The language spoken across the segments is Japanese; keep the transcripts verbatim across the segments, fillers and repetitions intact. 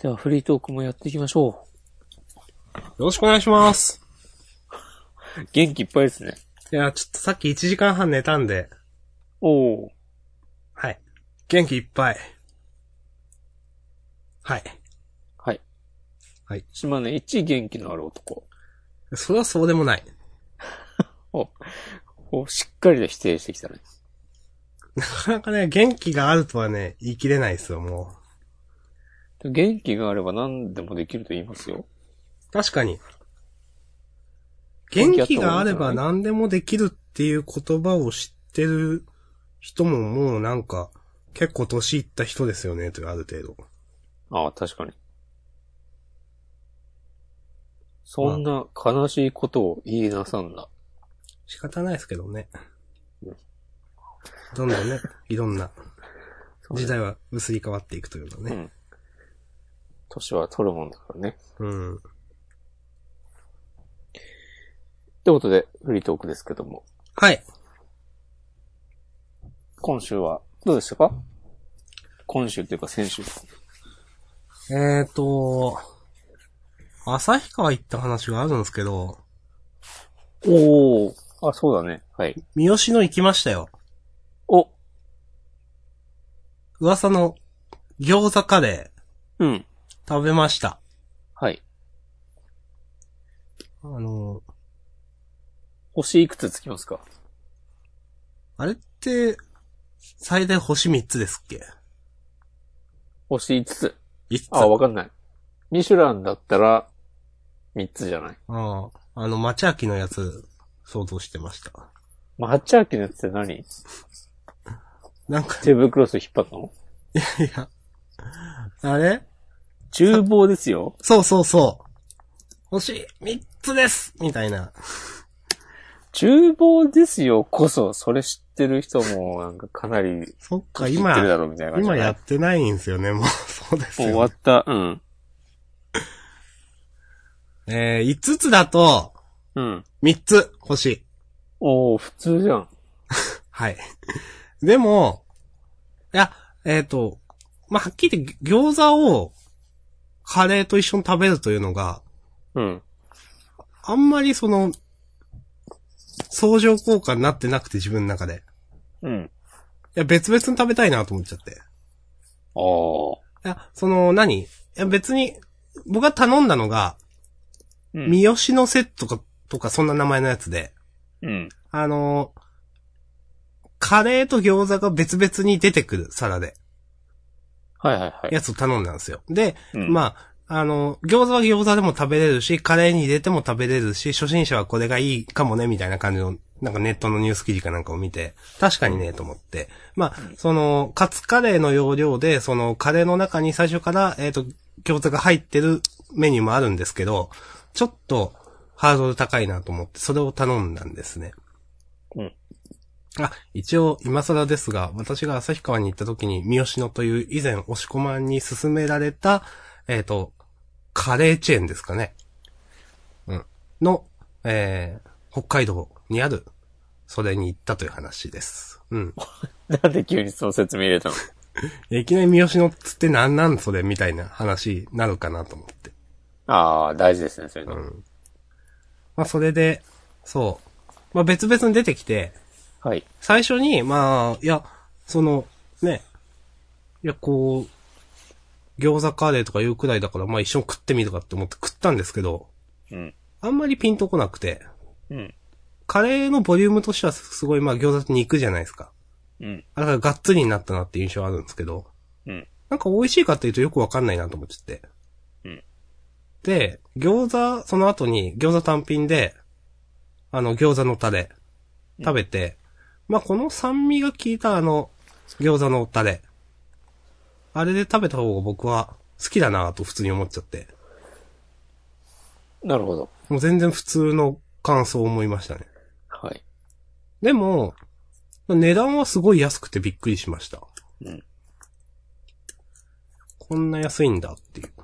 ではフリートークもやっていきましょよろしくお願いします。 う。元気いっぱいですね。 いや、ちょっとさっきいちじかんはん寝たんで。 おー。 はい。元気いっぱい。はい。 はい。 はい。 島根一元気のある男。 それはそうでもない。 お、お、しっかりと否定してきたね。 なかなかね、元気があるとはね、言い切れないですよ、も元気があれば何でもできると言いますよ。 う。確かに。元気があれば何でもできるっていう言葉を知ってる人ももうなんか、結構年いった人ですよね、というある程度。 ああ、確かに。そんな悲しいことを言いなさんな。 仕方ないですけどね。どんどんね、いろんな時代は移り変わっていくというのね。うん。 年は取るもんだからね。 うん。 ってことで、フリートークですけども。 はい。 今週は、どうでしたか？今週っていうか先週。 えーと、旭川行った話があるんですけど。 おー。あ、そうだね。はい。 三好の行きましたよ。 お。 噂の餃子カレー。うん。 食べました。 はい。 あの、 星いくつつきますか？ あれって、最大星みっつですっけ？ 星いつつ。 いつつ。 あ、わかんない。ミシュランだったら、みっつじゃない？ ああ、あの、町秋のやつ、想像してました。 町秋のやつって何？ なんか、 テーブルクロス引っ張ったの？ いやいや、あれ？ 厨房ですよ。 そうそうそう。星みっつですみたいな。 厨房ですよこそ、それ知ってる人も、なんかかなり、 そっか、今、 知ってるだろうみたいな感じ。 今やってないんですよね、もう。そうですよ、ね。 もう終わった。うん。 えー、いつつだと、 うん。 みっつ、星。 おー、普通じゃん。 はい。でも、いや、えっ、ー、と、まあ、はっきり言って餃子をカレーと一緒に食べるというのが、 うん。 あんまりその、相乗効果になってなくて自分の中で。 うん。 いや、別々に食べたいなと思っちゃって。 あー。 いや、その何、いや別に、僕が頼んだのが、うん、三好のセットとか、とかそんな名前のやつで、 うん。 あの、カレーと餃子が別々に出てくる皿で。 はいはいはい。 やつを頼んだんですよ。で、 うん、 まあ、あの、餃子は餃子でも食べれるし、カレーに入れても食べれるし、初心者はこれがいいかもね、みたいな感じの、なんかネットのニュース記事かなんかを見て、確かにね、と思って。まあ、その、カツカレーの要領で、その、カレーの中に最初から、えっと、餃子が入ってるメニューもあるんですけど、ちょっと、ハードル高いなと思って、それを頼んだんですね。 うん。 あ、一応、今更ですが、私が旭川に行った時に、三好野という以前、押し込まんに勧められた、えっと、カレーチェーンですかね。うん。の、えー、北海道にある、それに行ったという話です。うん。 なんで急にその説明入れたの？ いきなり三好野っつってなんなんそれみたいな話になるかなと思って。 ああ、大事ですね、そういうの。 うん。まあ、それで、そう。まあ、別々に出てきて、 はい。 最初に、まあ、いや、その、ね、いや、こう、餃子カレーとかいうくらいだから、まあ一緒に食ってみるかって思って食ったんですけど、 うん。 あんまりピンとこなくて、 うん。 カレーのボリュームとしてはすごい、まあ餃子って肉じゃないですか。 うん。 だからがっつりになったなっていう印象あるんですけど、 うん。 なんか美味しいかっていうとよくわかんないなと思っちゃって。 うん。 で、餃子、その後に餃子単品で、あの餃子のタレ、食べて、うん、まあこの酸味が効いたあの、餃子のタレ、あれで食べた方が僕は好きだなぁと普通に思っちゃって。 なるほど。 もう全然普通の感想を思いましたね。 はい。 でも、値段はすごい安くてびっくりしました。 うん。 こんな安いんだっていう。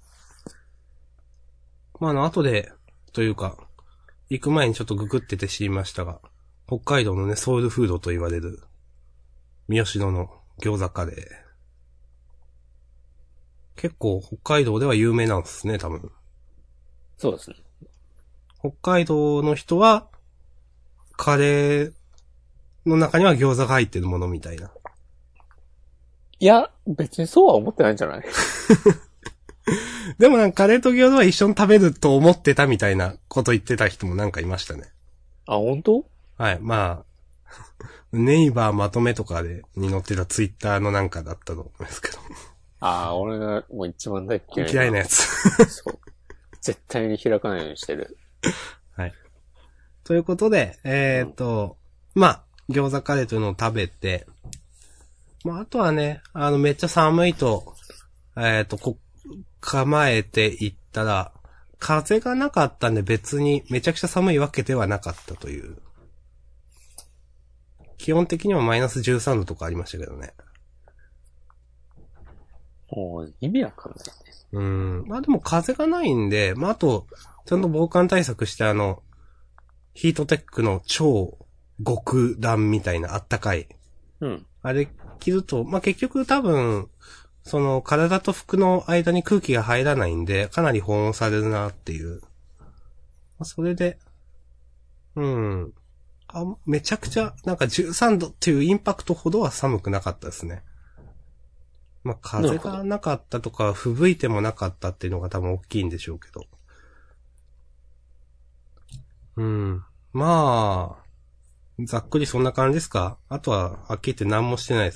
まああの後で、というか、行く前にちょっとググってて知りましたが、北海道のね、ソウルフードと言われる、三好野の餃子カレー。 結構北海道では有名なんですね、多分。 そうですね。 北海道の人は、カレーの中には餃子が入ってるものみたいな。 いや、別にそうは思ってないんじゃない？ でもなんかカレーと餃子は一緒に食べると思ってたみたいなこと言ってた人もなんかいましたね。 あ、本当？ はい、まあ、ネイバーまとめとかで、に載ってたツイッターのなんかだったと思うんですけど。 ああ、俺がもう一番大嫌いな。 嫌いなやつ。 そう。絶対に開かないようにしてる。 はい。ということで、えっ、ー、と、うん、まあ、餃子カレーというのを食べて、まあ、あとはね、あの、めっちゃ寒いと、えっ、ー、と、こ、構えていったら、風がなかったんで別にめちゃくちゃ寒いわけではなかったという。基本的にはマイナスじゅうさんどとかありましたけどね。 もう意味わかんないね。 うん。まあでも風がないんで、まああと、ちゃんと防寒対策してあの、ヒートテックの超極暖みたいなあったかい。 うん。あれ着ると、まあ結局多分、その体と服の間に空気が入らないんで、かなり保温されるなっていう。まあ、それで、うん。あ、めちゃくちゃ、なんかじゅうさんどっていうインパクトほどは寒くなかったですね。まあ、風がなかったとか、吹雪いてもなかったっていうのが多分大きいんでしょうけど。うん。まあ、ざっくりそんな感じですか？あとは、はっきり言って何もしてないです。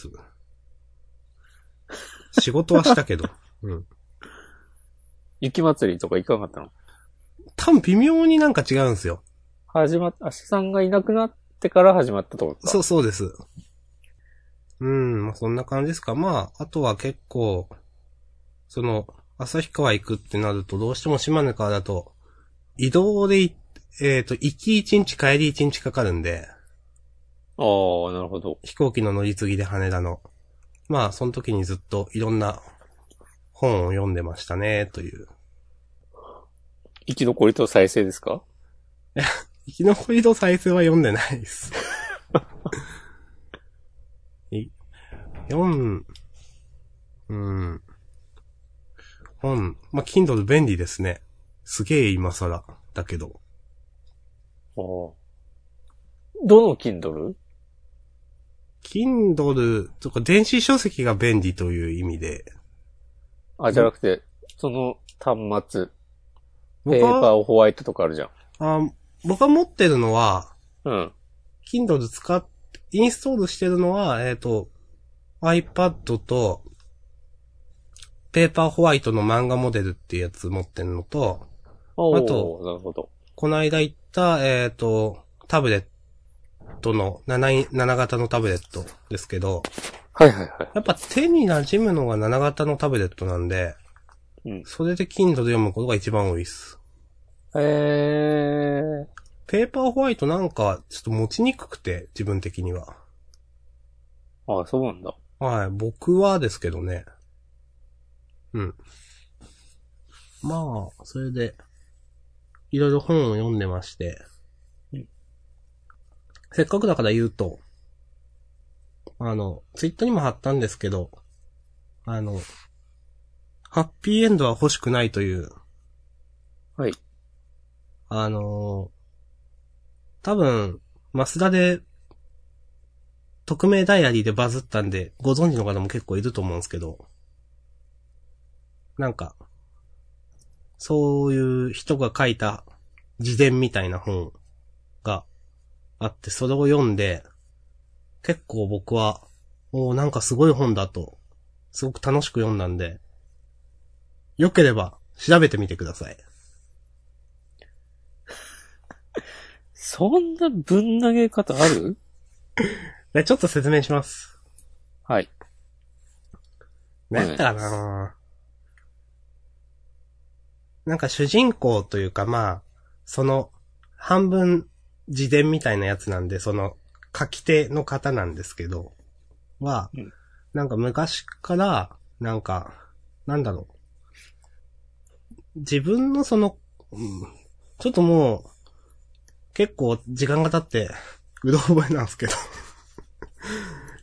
仕事はしたけど。うん。 雪祭りとか行かなかったの？ 多分微妙になんか違うんですよ。 始まっ、アシさんがいなくなってから始まったと思った。 そうそうです。うん、まあ、そんな感じですか。まあ、あとは結構、その、旭川行くってなると、どうしても島根からだと、移動でい、えっ、ー、と、行き一日帰り一日かかるんで。 ああ、なるほど。 飛行機の乗り継ぎで羽田の。まあ、その時にずっといろんな本を読んでましたね、という。 生き残りと再生ですか？ いや、生き残りと再生は読んでないです。い、読ん、うん。本、まあ、Kindle 便利ですね。すげえ今更だけど。 ああ。どの Kindle？Kindle とか電子書籍が便利という意味で。 あ、じゃなくて、その端末。ペーパーホワイトとかあるじゃん。 あ、僕が持ってるのは、 うん。 Kindle 使っ、インストールしてるのは、えっと、iPad と、ペーパーホワイトの漫画モデルっていうやつ持ってるのと、 あと、なるほど。 この間言った、えっと、タブレットのなな、なな型のタブレットですけど、 はいはいはい。 やっぱ手に馴染むのがなな型のタブレットなんで、うん、それで Kindle で読むことが一番多いっす。 へー。 ペーパーホワイトなんか、ちょっと持ちにくくて、自分的には。 ああ、そうなんだ。 はい、僕はですけどね。うん。まあ、それで、いろいろ本を読んでまして、うん、せっかくだから言うと、あの、ツイッターにも貼ったんですけど、あの、ハッピーエンドは欲しくないという、 はい。 あのー、多分、マスダで、匿名ダイアリーでバズったんで、ご存知の方も結構いると思うんですけど、なんか、そういう人が書いた自伝みたいな本があって、それを読んで、結構僕は、おーなんかすごい本だと、すごく楽しく読んだんで、よければ調べてみてください。 そんなぶん投げ方ある？ でちょっと説明します。 はい。 なんだかななんか主人公というかまあ、その半分自伝みたいなやつなんで、その書き手の方なんですけど、は、うん、なんか昔から、なんか、なんだろう。自分のその、うん、ちょっともう、結構時間が経って、うろ覚えなんですけど。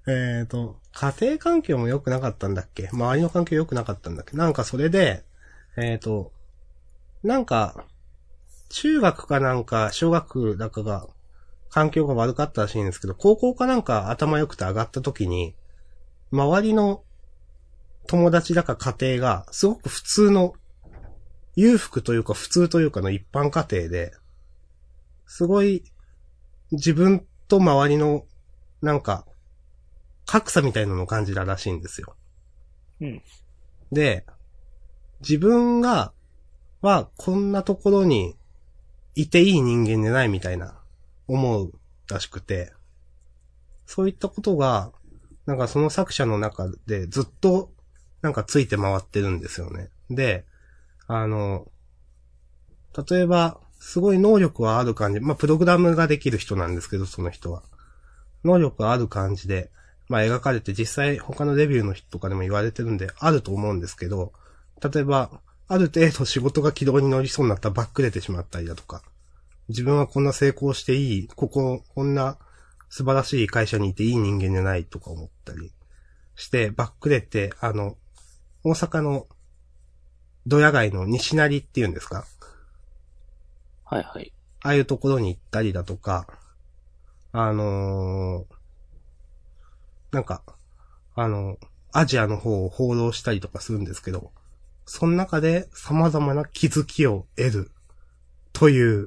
えっと、家庭環境も良くなかったんだっけ？周りの環境良くなかったんだっけ？なんかそれで、えっと、なんか、中学かなんか、小学だかが、環境が悪かったらしいんですけど、高校かなんか頭良くて上がった時に、周りの友達だか家庭が、すごく普通の、裕福というか普通というかの一般家庭で、すごい、自分と周りの、なんか、格差みたいなのを感じたらしいんですよ。 うん。 で、自分が、は、こんなところに、いていい人間でないみたいな、思うらしくて、そういったことが、なんかその作者の中でずっと、なんかついて回ってるんですよね。で、あの、例えば、すごい能力はある感じ、まあ、プログラムができる人なんですけど、その人は。能力がある感じで、まあ、描かれて実際他のレビューの人とかでも言われてるんで、あると思うんですけど、例えば、ある程度仕事が軌道に乗りそうになったらバックれてしまったりだとか、自分はこんな成功していい、ここ、こんな素晴らしい会社にいていい人間じゃないとか思ったりして、バックれて、あの、大阪のドヤ街の西成っていうんですか？ はいはい。 ああいうところに行ったりだとか、あのー、なんか、あの、アジアの方を放浪したりとかするんですけど、その中で様々な気づきを得るという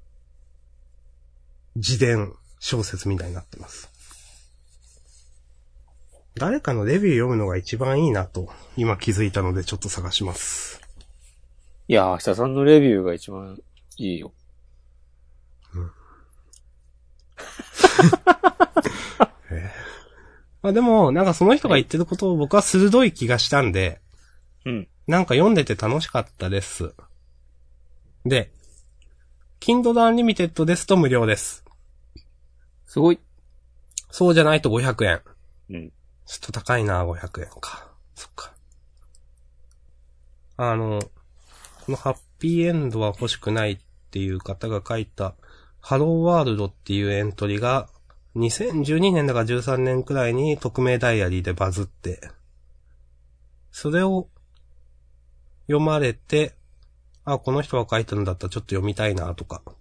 自伝小説みたいになってます。誰かのレビュー読むのが一番いいなと今気づいたのでちょっと探します。 いやー、明日さんのレビューが一番いいよ。 うん。えー、あでも、なんかその人が言ってることを僕は鋭い気がしたんで、 うん。 なんか読んでて楽しかったです。で、Kindle Unlimited ですと無料です。 すごい。 そうじゃないとごひゃくえん。 うん。 ちょっと高いな、ごひゃくえんか。そっか。あの、このハッピーエンドは欲しくないっていう方が書いた、ハローワールドっていうエントリーが、にせんじゅうにねんだかじゅうさんねんくらいに匿名ダイアリーでバズって、それを読まれて、あ、この人が書いたんだったらちょっと読みたいなとか、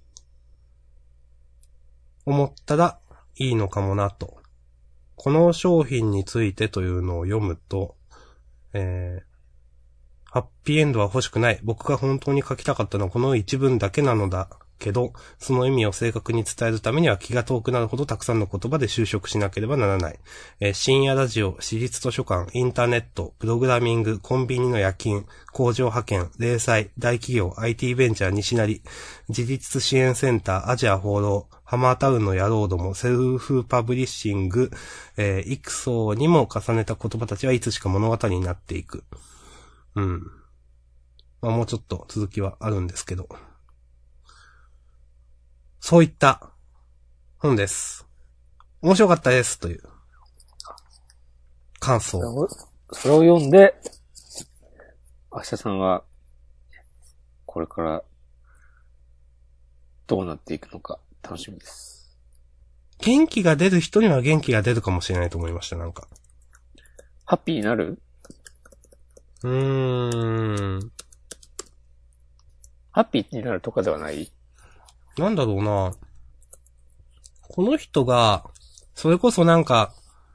思ったらいいのかもなと。この商品についてというのを読むと、えー、ハッピーエンドは欲しくない。僕が本当に書きたかったのはこの一文だけなのだけど、その意味を正確に伝えるためには気が遠くなるほどたくさんの言葉で修飾しなければならない。えー、深夜ラジオ、私立図書館、インターネット、プログラミング、コンビニの夜勤、工場派遣、零細、大企業、アイティー ベンチャー西成、自立支援センター、アジア放浪、ハマータウンの野郎ども、セルフパブリッシング、えー、幾層にも重ねた言葉たちはいつしか物語になっていく。うん。まあもうちょっと続きはあるんですけど。そういった本です。面白かったですという感想。 それを読んで、明日さんは、これからどうなっていくのか楽しみです。 元気が出る人には元気が出るかもしれないと思いました、なんか。 ハッピーになる？ うーん。 ハッピーになるとかではない？ なんだろうな。この人が、それこそなんか、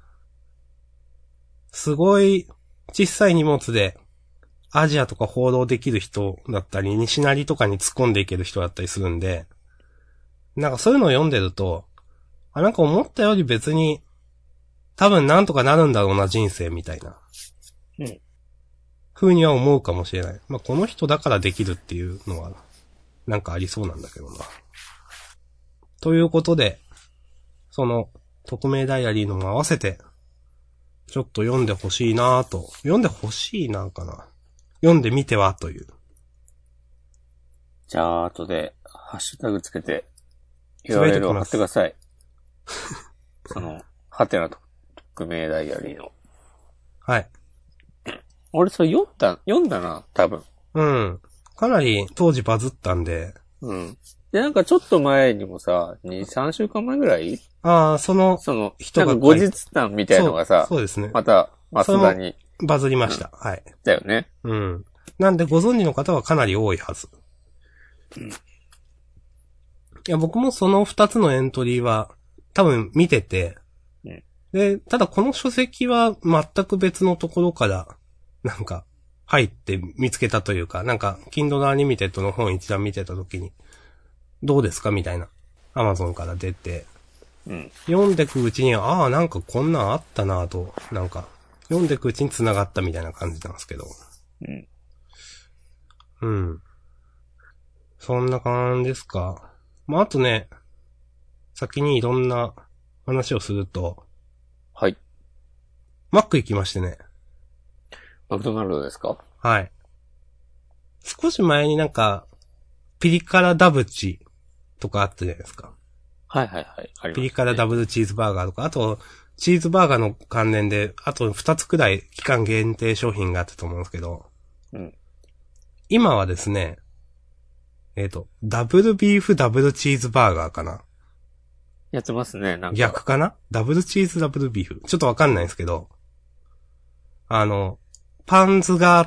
すごい小さい荷物で、アジアとか放浪できる人だったり、西成とかに突っ込んでいける人だったりするんで、なんかそういうのを読んでると、あ、なんか思ったより別に、多分なんとかなるんだろうな人生みたいな。 うん。 風には思うかもしれない。まあ、この人だからできるっていうのは、なんかありそうなんだけどな。ということで、その、匿名ダイアリーのも合わせて、ちょっと読んでほしいなぁと。読んでほしいなかな。読んでみてはという。 じゃあ、後で、ハッシュタグつけて、ユーアールエル を貼ってください。その、ハテナと匿名ダイアリーの。 はい。 俺それ読んだ、読んだな、多分。 うん。かなり当時バズったんで。 うん。 で、なんかちょっと前にもさ、に、さんしゅうかんまえぐらいああ、その、 その、 人がなんか後日談みたいなのがさ、 そう、そうですね。 また、マスダに。 バズりました。うん、はい。 だよね。 うん。なんでご存知の方はかなり多いはず。うん。いや、僕もその二つのエントリーは多分見てて、うん、で、ただこの書籍は全く別のところから、なんか、入って見つけたというか、なんか、Kindle Unlimited の本一覧見てたときに、どうですかみたいな。Amazon から出て、うん、読んでくうちに、ああ、なんかこんなんあったなぁと、なんか、読んでくうちに繋がったみたいな感じなんですけど。うん。うん。そんな感じですか。まあ、あとね、先にいろんな話をすると、 はい。 マック行きましてね。 マクドナルドですか？ はい。少し前になんか、ピリ辛ダブチとかあったじゃないですか。 はいはいはい。ありますね。 ピリ辛ダブルチーズバーガーとか、あと、チーズバーガーの関連で、あと二つくらい期間限定商品があったと思うんですけど、うん。今はですね、えっと、ダブルビーフダブルチーズバーガーかな。 やってますね、なんか。 逆かな？ダブルチーズダブルビーフ。ちょっとわかんないんですけど、あの、パンズがあって、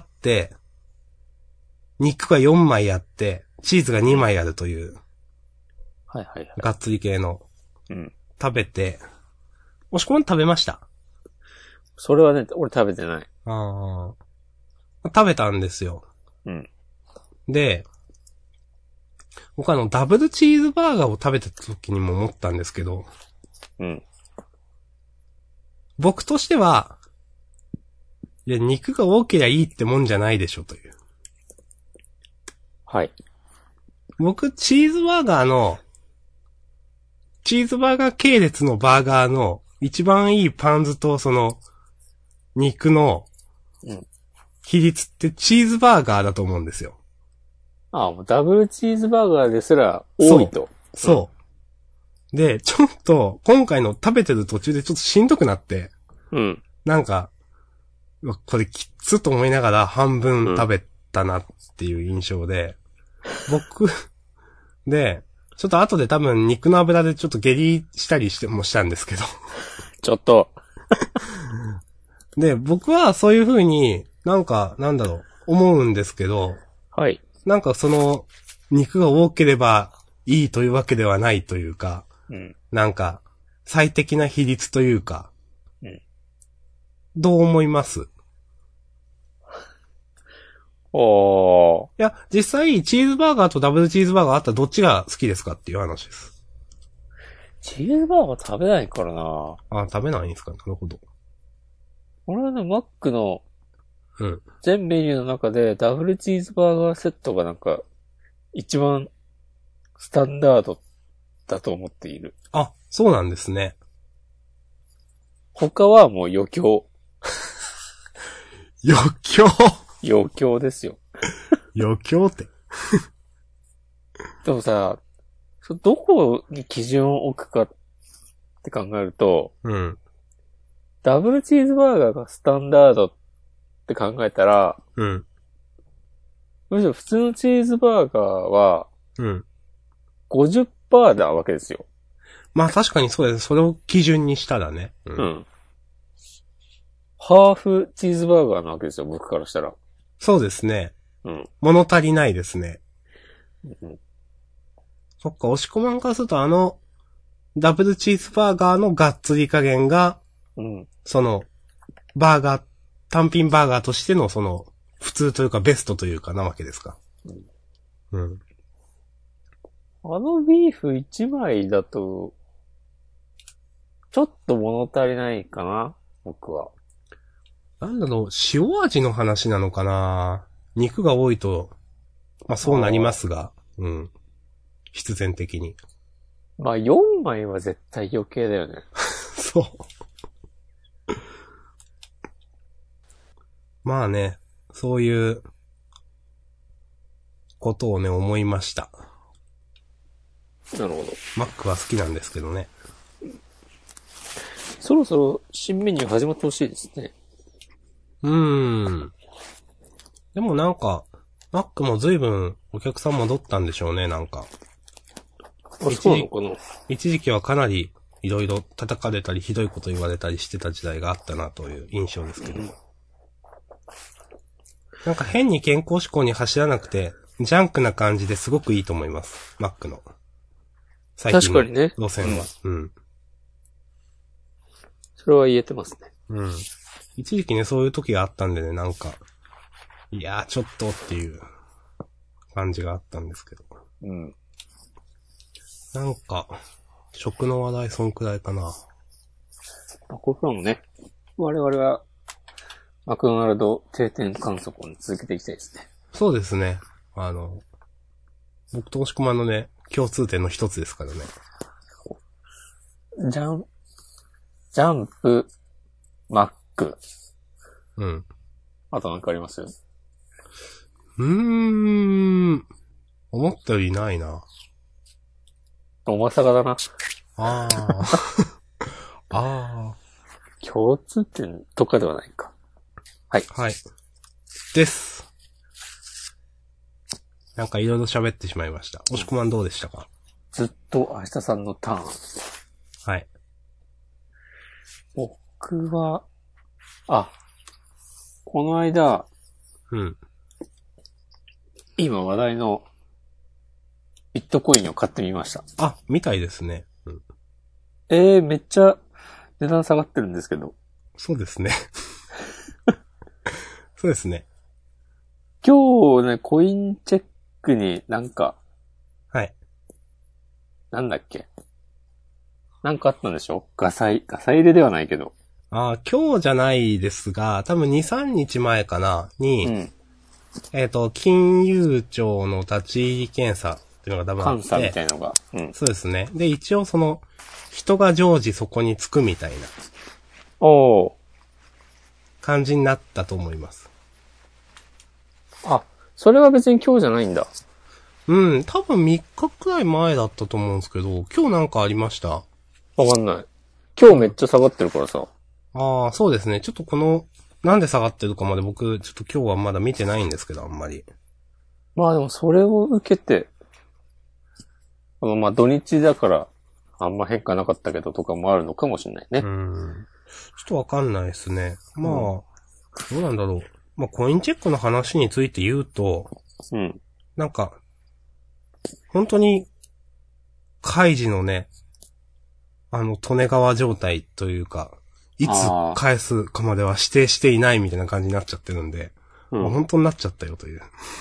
肉がよんまいあって、チーズがにまいあるという。 はいはいはい。 がっつり系の。 うん。 食べて、もしこまん食べました？ それはね、俺食べてない。 ああ。食べたんですよ。うん。で、僕あの、ダブルチーズバーガーを食べた時にも思ったんですけど、うん。僕としては、いや、肉が多けりゃいいってもんじゃないでしょという。 はい。 僕、チーズバーガーの、チーズバーガー系列のバーガーの一番いいパンズとその、肉の、比率ってチーズバーガーだと思うんですよ。 ああ、もうダブルチーズバーガーですら多いと。 そう。そう。で、ちょっと、今回の食べてる途中でちょっとしんどくなって、うん。なんか、これきつと思いながら半分食べたなっていう印象で、うん、僕、で、ちょっと後で多分肉の油でちょっと下痢したりしてもしたんですけど。 ちょっと。 で、僕はそういう風になんか、なんだろう、思うんですけど。 はい。 なんかその、肉が多ければいいというわけではないというか、うん、なんか、最適な比率というか、うん、どう思います？ おー。 いや、実際、チーズバーガーとダブルチーズバーガーあったらどっちが好きですかっていう話です。 チーズバーガー食べないからな。 あ、食べないんですか？なるほど。 俺はね、マックの、 うん。 全メニューの中でダブルチーズバーガーセットがなんか、一番スタンダードだと思っている。 あ、そうなんですね。 他はもう余興。 余興余興ですよ。 余興って。 でもさ、どこに基準を置くかって考えると、うん。ダブルチーズバーガーがスタンダードって考えたら、うん。むしろ普通のチーズバーガーは、うん。ごじゅっパーセント なわけですよ。 まあ確かにそうです。それを基準にしたらね。 うん。うん、ハーフチーズバーガーなわけですよ、僕からしたら。 そうですね。うん。物足りないですね。うん。そっか、押し込まんからするとあの、ダブルチーズバーガーのがっつり加減が、うん。その、バーガー、単品バーガーとしてのその、普通というかベストというかなわけですか。うん。うん。 あのビーフいちまいだと、ちょっと物足りないかな、僕は。 なんだろう、塩味の話なのかな。肉が多いと、まあそうなりますが、うん。必然的に。 まあよんまいは絶対余計だよね。 そう。まあね、そういうことをね、思いました。 なるほど。 マックは好きなんですけどね。 そろそろ新メニュー始まってほしいですね。 うーん。でもなんか、マックも随分お客さん戻ったんでしょうね、なんか。 あ、そうなのかな。 一時期はかなりいろいろ叩かれたりひどいこと言われたりしてた時代があったなという印象ですけど。うん、なんか変に健康志向に走らなくて、ジャンクな感じですごくいいと思います。Mac の。最近の路線は。ね、うん。うん。 それは言えてますね。 うん。一時期ね、そういう時があったんでね、なんか、いやーちょっとっていう感じがあったんですけど。 うん。 なんか、食の話題そんくらいかな。 これからもね、我々は、マクドナルド定点観測を続けていきたいですね。 そうですね。あの、僕と押し込まのね、共通点の一つですからね。 ジャン、ジャンプ、マック。 うん。 あとなんかあります？ うーん。思ったよりないな。 おまさかだな。 ああ。ああ。 共通点とかではないか。はい。 はい。です。なんかいろいろ喋ってしまいました。押し込まんどうでしたか？ ずっと明日さんのターン。 はい。 僕は、あ、この間、 うん。 今話題のビットコインを買ってみました。 あ、みたいですね。うん、 えー、めっちゃ値段下がってるんですけど。 そうですね。そうですね。 今日ね、コインチェックになんか、 はい。 なんだっけ。なんかあったんでしょ？ガサ入、ガサ入れではないけど。 ああ、今日じゃないですが、多分に、さんにちまえかな、に、うん、えっ、ー、と、金融庁の立ち入り検査っていうのが多分あって。 監査みたいのが。 うん。そうですね。で、一応その、人が常時そこに着くみたいな。 おー。 感じになったと思います。 あ、それは別に今日じゃないんだ。 うん、多分みっかくらい前だったと思うんですけど、今日なんかありました？ わかんない。今日めっちゃ下がってるからさ。 ああ、そうですね。ちょっとこの、なんで下がってるかまで僕、ちょっと今日はまだ見てないんですけど、あんまり。 まあでもそれを受けて、あの、まあ土日だから、あんま変化なかったけどとかもあるのかもしれないね。 うん。ちょっとわかんないですね。まあ、うん、どうなんだろう。まあ、コインチェックの話について言うと、 うん。 なんか、本当に、開示のね、あの、利根川状態というか、いつ返すかまでは指定していないみたいな感じになっちゃってるんで、うん、まあ、本当になっちゃったよという。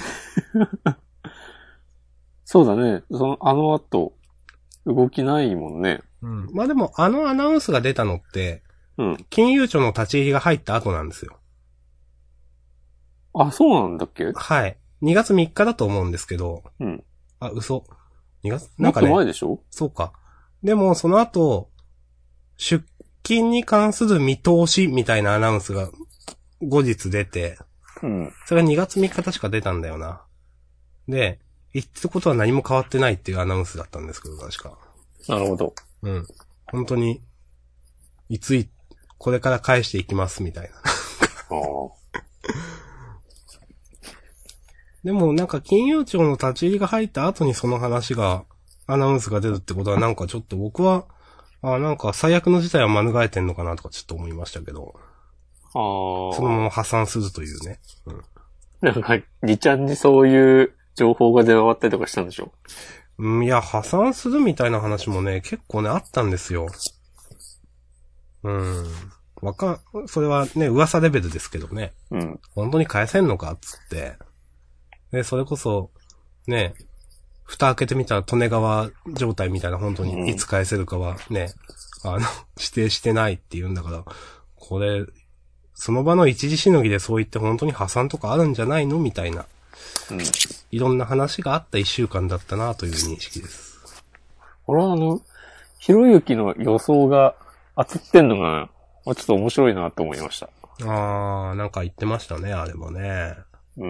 そうだね。その、あの後、動きないもんね。 うん。まあでも、あのアナウンスが出たのって、 うん。 金融庁の立ち入りが入った後なんですよ。 あ、そうなんだっけ？ はい。にがつみっかだと思うんですけど。 うん。 あ、嘘。にがつなんかね。もっと前でしょ？ そうか。でも、その後、出金に関する見通しみたいなアナウンスが後日出て、 うん。 それがにがつみっか確か出たんだよな。で、言ってことは何も変わってないっていうアナウンスだったんですけど、確か。 なるほど。 うん。本当に、いつい、これから返していきますみたいな。でもなんか金融庁の立ち入りが入った後にその話が、アナウンスが出るってことはなんかちょっと僕は、あなんか最悪の事態は免れてんのかなとかちょっと思いましたけど。 ああ。 そのまま破産するというね。うん。 なんか、にちゃんにそういう情報が出回ったりとかしたんでしょ？ うん、いや、破産するみたいな話もね、結構ね、あったんですよ。うん。わか、それはね、噂レベルですけどね。 うん。 本当に返せんのかっつって。で、それこそ、ね、蓋開けてみたら利根川状態みたいな本当にいつ返せるかはね、うん、あの、指定してないって言うんだから、これ、その場の一時しのぎでそう言って本当に破産とかあるんじゃないのみたいな。うん。いろんな話があった一週間だったなという認識です。 俺はあの、ひろゆきの予想が当たってんのが、ちょっと面白いなと思いました。 あー、なんか言ってましたね、あれもね。 うん。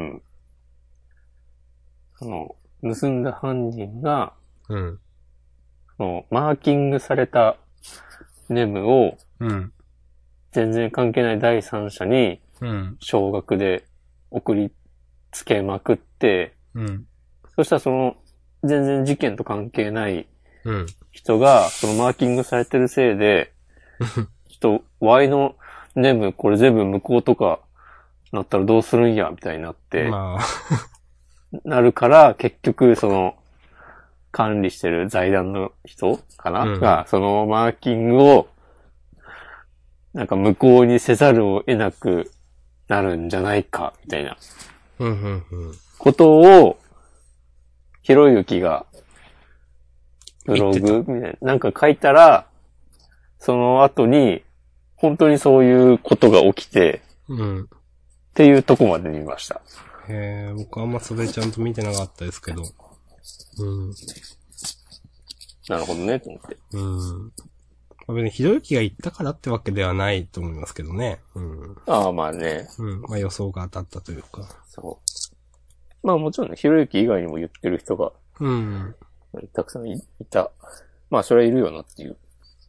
その、盗んだ犯人が、 うん。 その、マーキングされたネムを、 うん。 全然関係ない第三者に、 うん。 少額で送りつけまくって、 うん。 そしたらその、全然事件と関係ない人が、そのマーキングされてるせいで、ちょっと Y のネームこれ全部無効とかなったらどうするんや、みたいになって、まあ、なるから、結局、その、管理してる財団の人かな、うん、が、そのマーキングを、なんか無効にせざるを得なくなるんじゃないか、みたいな。ことを、ひろゆきが、ブログみたいな、なんか書いたら、その後に、本当にそういうことが起きて、うん、っていうとこまで見ました。 へえ、僕あんまそれちゃんと見てなかったですけど。うん。 なるほどね、と思って。 うん。別にひろゆきが言ったからってわけではないと思いますけどね。うん。 ああ、まあね。 うん。まあ予想が当たったというか。 そう。まあもちろんね、ひろゆき以外にも言ってる人が、 うん。 たくさんいた。まあそれはいるよなっていう。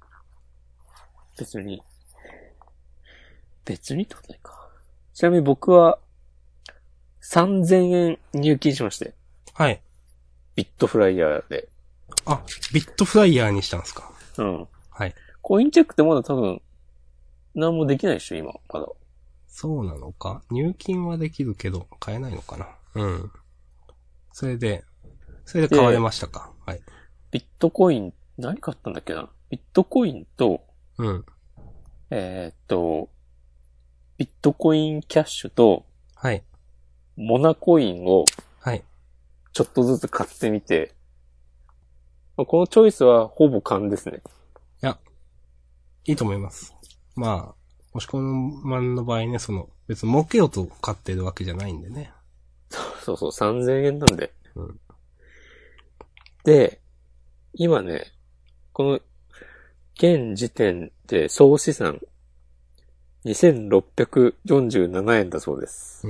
別に。別にってことないか。ちなみに僕は、さんぜんえん入金しまして。 はい。 ビットフライヤーで。 あ、ビットフライヤーにしたんですか。 うん。 はい。 コインチェックってまだ多分、何もできないでしょ、今、まだ。 そうなのか。入金はできるけど、買えないのかな。うん。それで、それで買われましたか。はい。 ビットコイン、何買ったんだっけな。ビットコインと、 うん。 えー、っと、ビットコインキャッシュと、 はい。 モナコインを、 はい。 ちょっとずつ買ってみて、このチョイスはほぼ勘ですね。 いや、いいと思います。まあ、もしこのマンの場合ね、その、別に儲けようと買ってるわけじゃないんでね。 そうそう、さんぜんえんなんで。 うん。 で、今ね、この、現時点で総資産、にせんろっぴゃくよんじゅうななえんだそうです。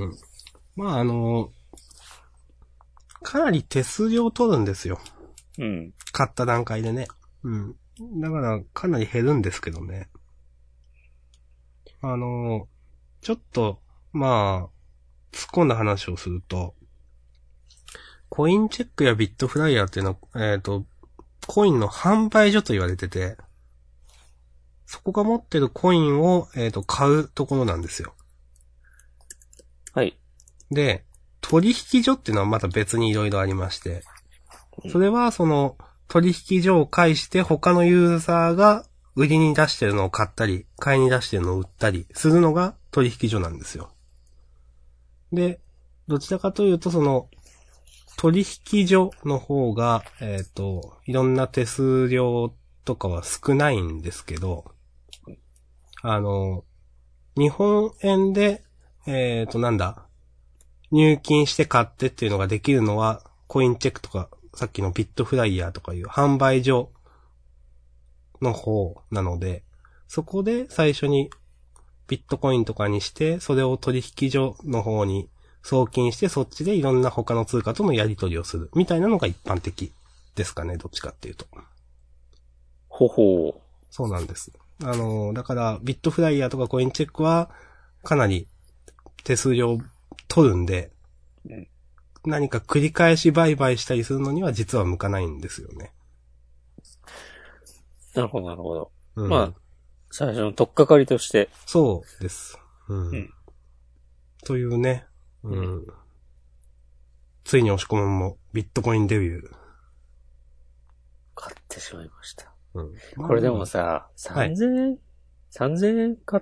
うん。まあ、あの、かなり手数料取るんですよ。 うん。 買った段階でね。うん。だから、かなり減るんですけどね。あの、ちょっと、まあ、突っ込んだ話をすると、コインチェックやビットフライヤーっていうのは、えっと、コインの販売所と言われてて、そこが持ってるコインを、えっと、買うところなんですよ。 はい。 で、取引所っていうのはまた別にいろいろありまして、それはその、取引所を介して他のユーザーが売りに出してるのを買ったり、買いに出してるのを売ったりするのが取引所なんですよ。で、どちらかというとその、取引所の方が、えっと、いろんな手数料とかは少ないんですけど、あの、日本円で、えっと、なんだ、入金して買ってっていうのができるのは、コインチェックとか、さっきのビットフライヤーとかいう販売所の方なので、そこで最初にビットコインとかにして、それを取引所の方に送金して、そっちでいろんな他の通貨とのやり取りをする。みたいなのが一般的ですかね、どっちかっていうと。 ほほう。 そうなんです。あの、だから、ビットフライヤーとかコインチェックは、かなり手数料取るんで、うん、何か繰り返し売買したりするのには実は向かないんですよね。 なるほど、なるほど。 うん、 まあ、最初の取っかかりとして。 そうです。うん。うん、というね、うん、うん。ついに押し込むもビットコインデビュー。 買ってしまいました。 うん、 これでもさ、さんぜんえん、はい、さんぜんえん買って、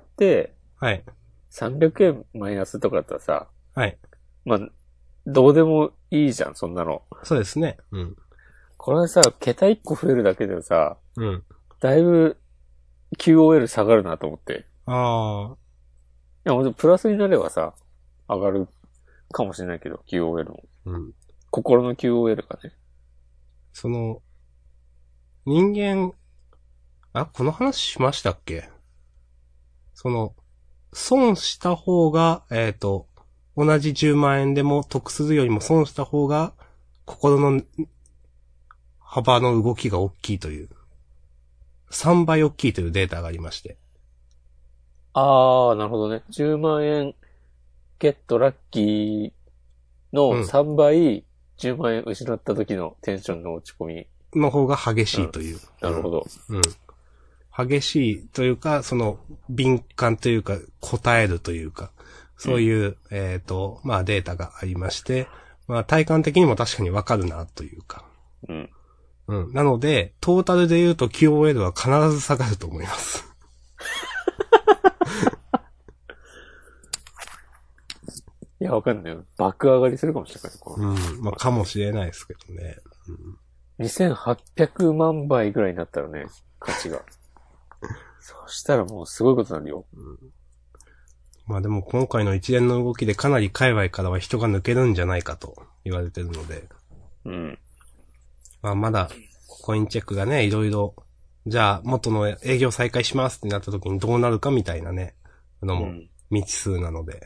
はい。 さんびゃくえんマイナスとかだったらさ、 はい。 まあ、どうでもいいじゃん、そんなの。 そうですね。うん。 これはさ、桁いっこ増えるだけでさ、 うん。 だいぶ キューオーエル 下がるなと思って。 ああ。 いや、もちろんプラスになればさ、上がるかもしれないけど、キューオーエル も。 うん。 心の キューオーエル がね。 その、人間、あ、この話しましたっけ？その、損した方が、えっと、同じじゅうまんえんでも得するよりも損した方が、心の幅の動きが大きいという。さんばい大きいというデータがありまして。 あー、なるほどね。じゅうまんえんゲットラッキーのさんばい、うん、じゅうまんえん失った時のテンションの落ち込み。 の方が激しいという。 うん、なるほど。 うん。激しいというか、その、敏感というか、答えるというか、そういう、うん、えっと、まあデータがありまして、まあ体感的にも確かにわかるなというか。 うん。 うん。なので、トータルで言うと キューオーエル は必ず下がると思います。 いや、わかんないよ。爆上がりするかもしれない。 うん。まあかもしれないですけどね。うん、 にせんはっぴゃくまんばいぐらいになったらね、価値が。そしたらもうすごいことになるよ。うん、 まあでも今回の一連の動きでかなり界隈からは人が抜けるんじゃないかと言われてるので。 うん。 まあまだ、コインチェックがね、いろいろ、じゃあ元の営業再開しますってなった時にどうなるかみたいなね、のも未知数なので。うん、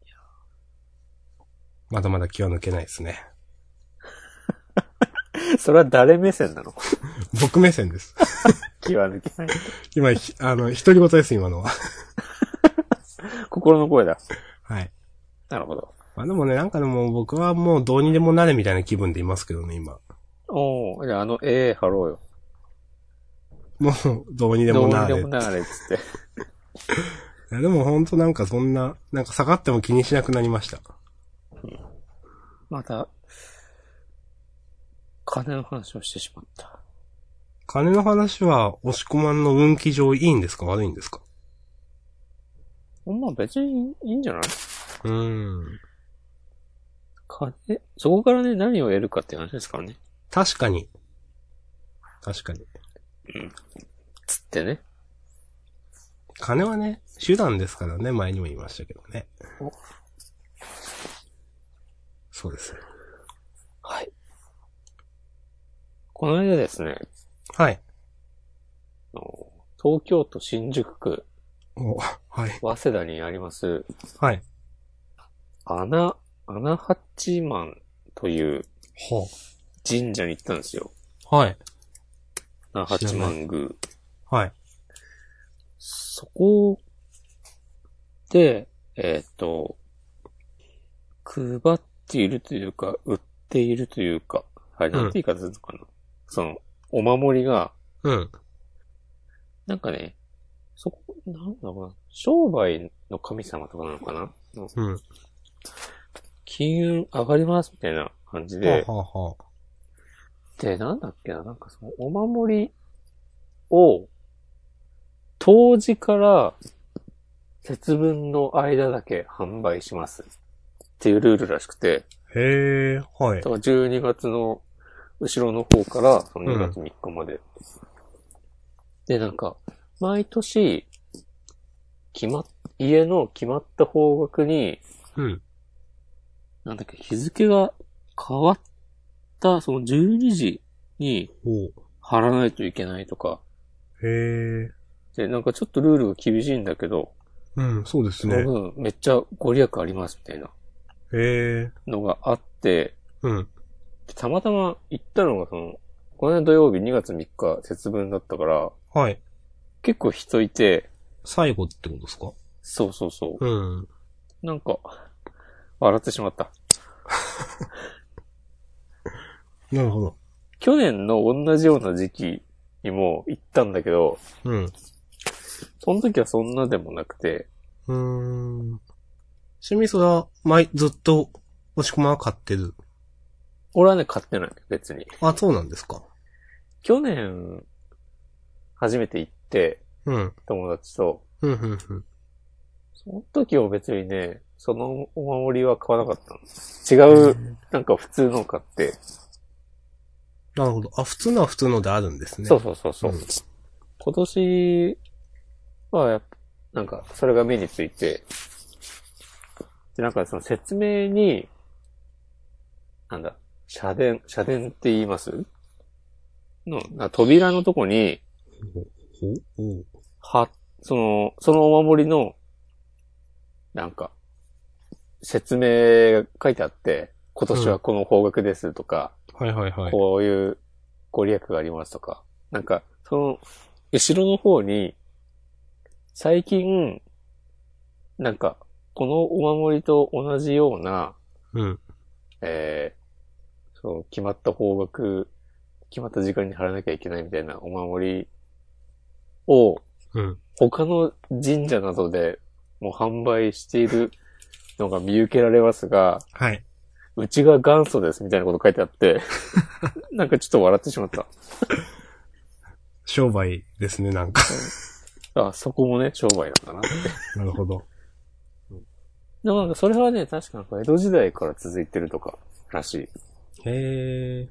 まだまだ気は抜けないですね。 それは誰目線なの？ 僕目線です。 気は抜けない。 今、あの、独り言です、今のは。 心の声だ。 はい。 なるほど。 まあでもね、なんかでも僕はもうどうにでもなれみたいな気分でいますけどね、今。 おー、じゃああの、ええー、貼ろうよ。 もう、どうにでもなれ。 どうにでもなれっつって。 いやでもほんとなんかそんな、なんか下がっても気にしなくなりました。 うん、また、金の話をしてしまった。 金の話は、押し込まんの運気上いいんですか悪いんですか？ まあ別にいいんじゃない？ うーん。 金、そこからね、何を得るかって話ですからね。 確かに。確かに。 うん。つってね。 金はね、手段ですからね、前にも言いましたけどね。おそうです。 はい。この間ですね。 はい。 東京都新宿区。 お、はい。 早稲田にあります。 はい。 穴、穴八幡という神社に行ったんですよ。 はい。 穴八幡宮。 はい。 そこで、えっと、配っているというか、売っているというか、はい、なんて言い方するのかな。うん、その、お守りが、 うん。なんかね、そこ、なんだろうな、商売の神様とかなのかな、うん。金運上がりますみたいな感じで。はあはあ、で、なんだっけな、なんかその、お守りを、当時から節分の間だけ販売しますっていうルールらしくて。 へー、はい。 だからじゅうにがつの後ろの方からそのにがつみっかまで。うん、で、なんか、毎年、決まっ、家の決まった方角に、うん。なんだっけ、日付が変わった、そのじゅうにじに貼らないといけないとか。 へー。 で、なんかちょっとルールが厳しいんだけど、 うん、そうですね。 その分、めっちゃご利益ありますみたいな。 へー。 のがあって、 うん。 たまたま行ったのがその、この間土曜日にがつみっか節分だったから、 はい。 結構人いて、 最後ってことですか？ そうそうそう。 うん。 なんか、笑ってしまった。 なるほど。 去年の同じような時期にも行ったんだけど、 うん。 その時はそんなでもなくて。 うーん。ちなみにそれは、前、ずっと、押し込まは買ってる？ 俺はね、買ってない、別に。 あ、そうなんですか。 去年、初めて行って、 うん。 友達と。 うん、うん、うん。 その時は別にね、そのお守りは買わなかったの。違う、なんか普通の買って。 なるほど。あ、普通のは普通のであるんですね。 そうそうそうそう、うん。今年はやっぱ、なんか、それが目について、で、なんかその説明に、なんだ、社殿、社殿って言いますの、扉のとこに、は、その、そのお守りの、なんか、説明が書いてあって、今年はこの方角ですとか、 うん、はいはいはい。 こういうご利益がありますとか、なんか、その、後ろの方に、最近、なんか、このお守りと同じような、 うん。 えー、その決まった方角決まった時間に貼らなきゃいけないみたいなお守りを、 うん。 他の神社などでもう販売しているのが見受けられますが、 はい。 うちが元祖ですみたいなこと書いてあって、なんかちょっと笑ってしまった。 商売ですね、なんか。 あ、そこもね、商売なんだなって。 なるほど。 でもなんかそれはね、確かに江戸時代から続いてるとからしい。 へー。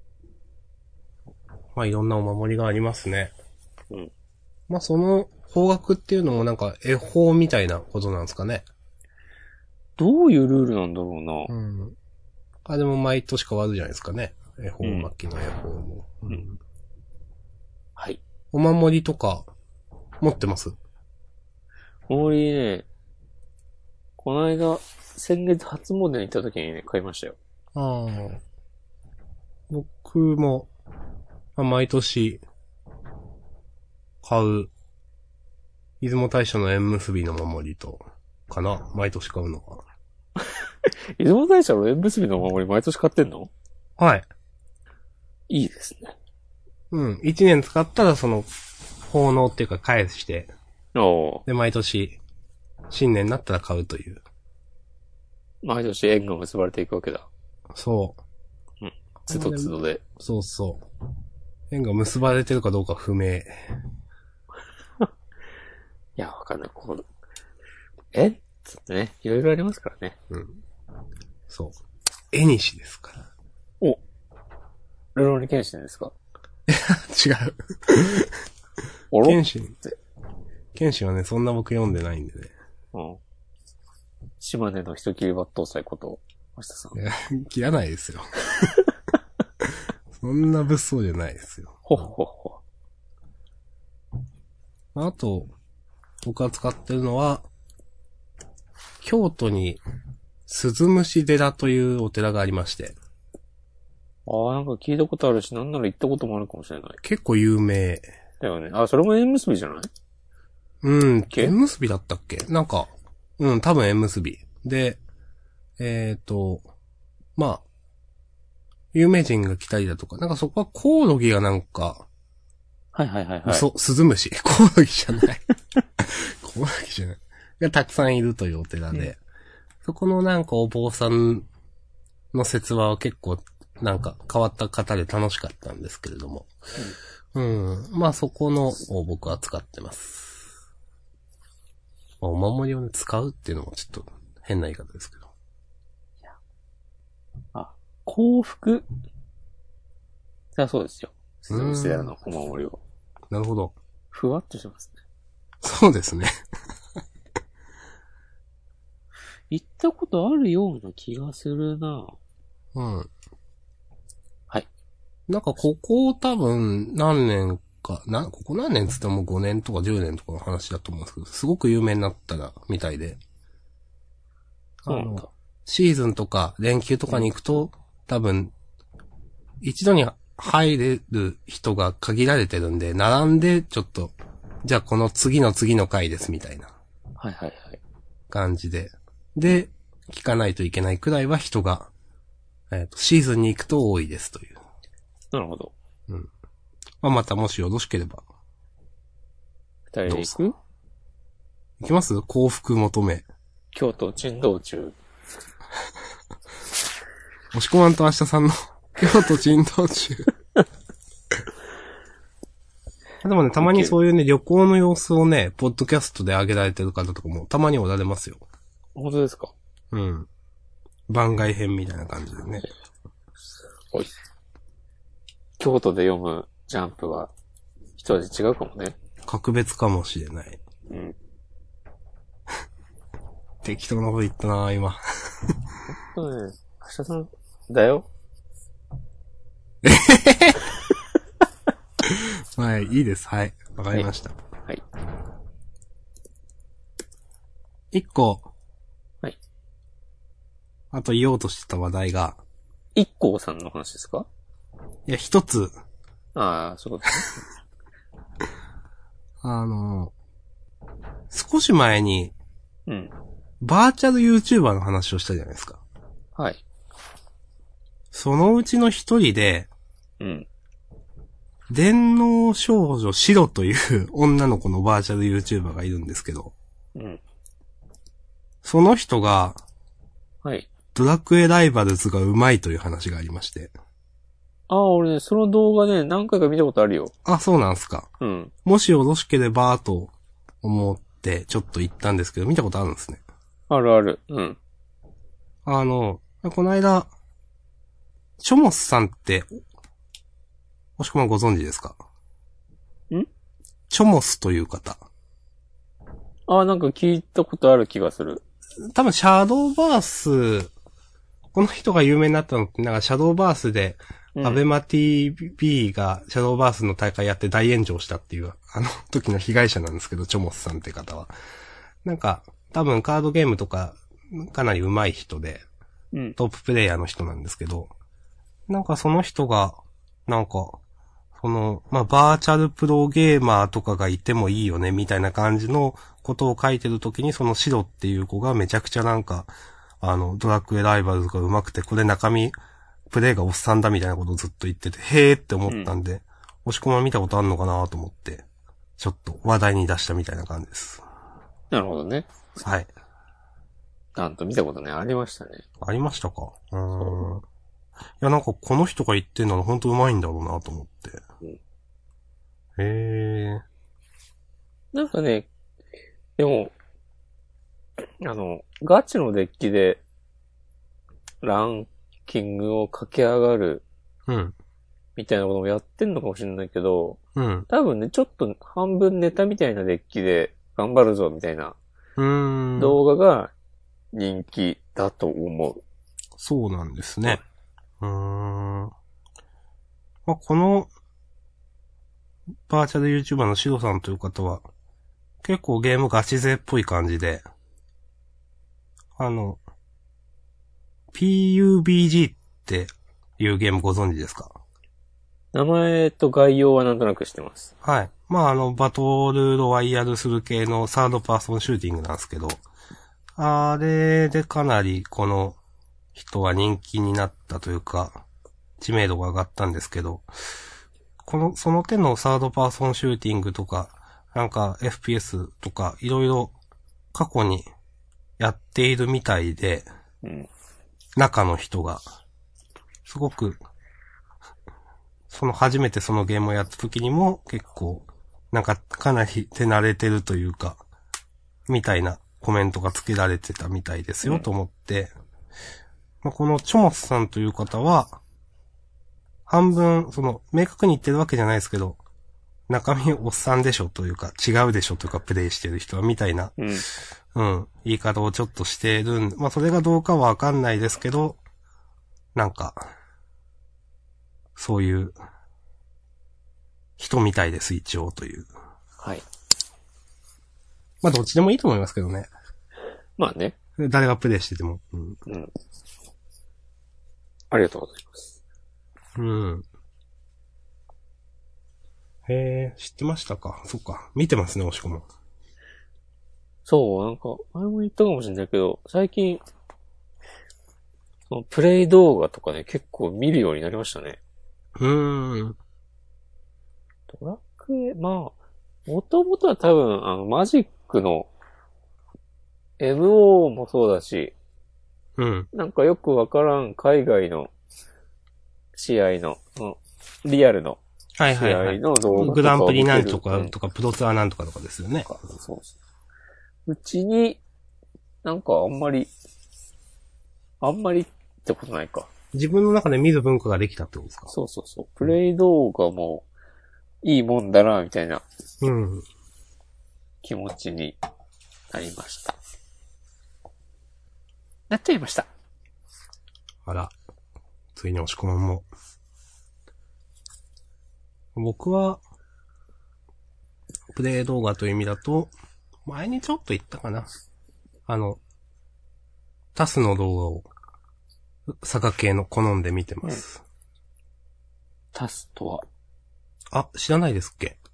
まあいろんなお守りがありますね。 うん。 まあその方角っていうのもなんか恵方みたいなことなんですかね。 どういうルールなんだろうな。 うん。あ、でも毎年変わるじゃないですかね。恵方巻きの恵方も、 うん。うん。はい。 お守りとか持ってます？ お守りね、この間、先月初詣に行った時にね、買いましたよ。 ああ。僕も、まあ、毎年、買う、出雲大社の縁結びの守りと、かな毎年買うのは。 出雲大社の縁結びのお守り毎年買ってんの？ はい。 いいですね。 うん。一年使ったらその、奉納っていうか返して、 おー。 で、毎年、新年になったら買うという。 毎年縁が結ばれていくわけだ。 そう。 うん。つどつどで。 そうそう。縁が結ばれてるかどうか不明。 いや、わかんない。こう、縁つってね、いろいろありますからね。 うん。そう。絵にしですから。 お。ルローニケンシンですか？ 違う。 おろケンシン。ケンシンはね、そんな僕読んでないんでね。 うん。島根の人切り抜刀斎こと、明日さん。 いや、切らないですよ。そんな物騒じゃないですよ。 ほっほっほ。 あと、僕が使ってるのは、京都に、鈴虫寺というお寺がありまして。 ああ、なんか聞いたことあるし、なんなら行ったこともあるかもしれない。 結構有名。 だよね。あ、それも縁結びじゃない？ うん、縁結びだったっけ？なんか、うん、多分縁結び。で、えっと、まあ、有名人が来たりだとか、なんかそこはコオロギがなんか、 はいはいはいはい。 そう、スズムシ。コオロギじゃない。コオロギじゃない。がたくさんいるというお寺で、うん、そこのなんかお坊さんの説話は結構なんか変わった方で楽しかったんですけれども。うん。うん、まあそこのを僕は使ってます。まあ、お守りをね、使うっていうのもちょっと変な言い方ですけど。 いやあ、幸福だそうですよ。鈴虫寺のお守りを。 なるほど。 ふわっとしますね。 そうですね。 行ったことあるような気がするな。 うん。 はい。 なんかここ多分何年か、な、ここ何年つってもごねんとかじゅうねんとかの話だと思うんですけど、すごく有名になったら、みたいで。 そうなんだ。 シーズンとか連休とかに行くと、多分、一度に入れる人が限られてるんで、並んでちょっと、じゃあこの次の次の回ですみたいな。 はいはいはい。 感じで。で、聞かないといけないくらいは人が、えっと、シーズンに行くと多いですという。 なるほど。 うん。まあ、またもしよろしければ。 二人で行く？ 行きます？幸福求め。 京都珍道中。 押し込まんと明日さんの京都珍道中。でもね、たまにそういうね、旅行の様子をね、ポッドキャストで上げられてる方とかもたまにおられますよ。 本当ですか？ うん。番外編みたいな感じでね。 おい。京都で読むジャンプは一味違うかもね。 格別かもしれない。 うん。 適当なこと言ったなぁ、今。 ほんとね、明日さん、だよ。 はい、いいです。はい。わかりました。 はい。 一個。 はい。 あと言おうとしてた話題が。 一光さんの話ですか？ いや、一つ。 ああ、そういうことね。 あの、少し前に、 うん。 バーチャル YouTuber の話をしたじゃないですか。 はい。 そのうちの一人で、 うん。 電脳少女シロという女の子のバーチャル YouTuber がいるんですけど、 うん。 その人が、 はい。 ドラクエライバルズが上手いという話がありまして。 ああ、俺ね、その動画ね、何回か見たことあるよ。 あ、そうなんすか。 うん。 もしよろしければ、と思って、ちょっと行ったんですけど、見たことあるんですね。 あるある。うん。 あの、この間、チョモスさんって、もしくはご存知ですか？ ん？ チョモスという方。 ああ、なんか聞いたことある気がする。 多分、シャドーバース、この人が有名になったのって、なんかシャドーバースで、うん、アベマ ティーブイ がシャドーバースの大会やって大炎上したっていう、あの時の被害者なんですけど、チョモスさんって方は。なんか、多分カードゲームとか、かなり上手い人で、 うん、 トッププレイヤーの人なんですけど、なんかその人が、なんか、その、まあ、バーチャルプロゲーマーとかがいてもいいよね、みたいな感じのことを書いてるときに、そのシロっていう子がめちゃくちゃなんか、あの、ドラクエライバルズが上手くて、これ中身、プレイがおっさんだみたいなことをずっと言ってて、へーって思ったんで、うん、押し込ま見たことあるのかなと思って、ちょっと話題に出したみたいな感じです。 なるほどね。 はい。 なんと見たことね、ありましたね。 ありましたか？うーん。いや、なんかこの人が言ってんのは本当上手いんだろうなと思って。うん、へー。 なんかね、でも、あの、ガチのデッキで、ランキングを駆け上がる。 うん。 みたいなこともやってんのかもしれないけど、 うん。 多分ね、ちょっと半分ネタみたいなデッキで頑張るぞみたいな動画が人気だと思う。 そうなんですね。うーん。まあ、この、バーチャル YouTuber のシロさんという方は、結構ゲームガチ勢っぽい感じで、あの、ピーユービージー っていうゲームご存知ですか？ 名前と概要はなんとなく知ってます。 はい。まあ、あの、バトルロワイヤルする系のサードパーソンシューティングなんですけど、あれでかなりこの人は人気になったというか、知名度が上がったんですけど、この、その手のサードパーソンシューティングとか、なんか エフピーエス とかいろいろ過去にやっているみたいで、 うん、 中の人が、すごく、その初めてそのゲームをやった時にも結構、なんかかなり手慣れてるというか、みたいなコメントがつけられてたみたいですよ、うん、と思って、まあ、このチョモスさんという方は、半分、その、明確に言ってるわけじゃないですけど、中身おっさんでしょというか、違うでしょというか、プレイしてる人はみたいな、 うん、 うん、言い方をちょっとしてるん、まあ、それがどうかはわかんないですけど、なんか、そういう、人みたいです、一応という。 はい。 まあ、どっちでもいいと思いますけどね。 まあね。 誰がプレイしてても。うん。 うん。ありがとうございます。 うん。へえ、知ってましたか？そっか。見てますね、押し込む。 そう、なんか、前も言ったかもしれないけど、最近、そのプレイ動画とかね、結構見るようになりましたね。 うーん。 ドラクエ、まあ、もともとは多分、あの、マジックの エムオー もそうだし、 うん。 なんかよくわからん海外の試合の、うん、リアルの試合の動画とか、 グランプリなんとかとか、プロツアーなんとかとかですよね。 そうそう。うちに、なんかあんまり、あんまりってことないか。 自分の中で見る文化ができたってことですか？ そうそうそう。プレイ動画もいいもんだな、みたいな。 うん。 気持ちになりました。なっちゃいました。 あら。ついに押し込まんも。僕は、プレイ動画という意味だと、前にちょっと言ったかな。あの、タスの動画を、サガ系の好んで見てます。うん、 タスとはあ、知らないですっけ？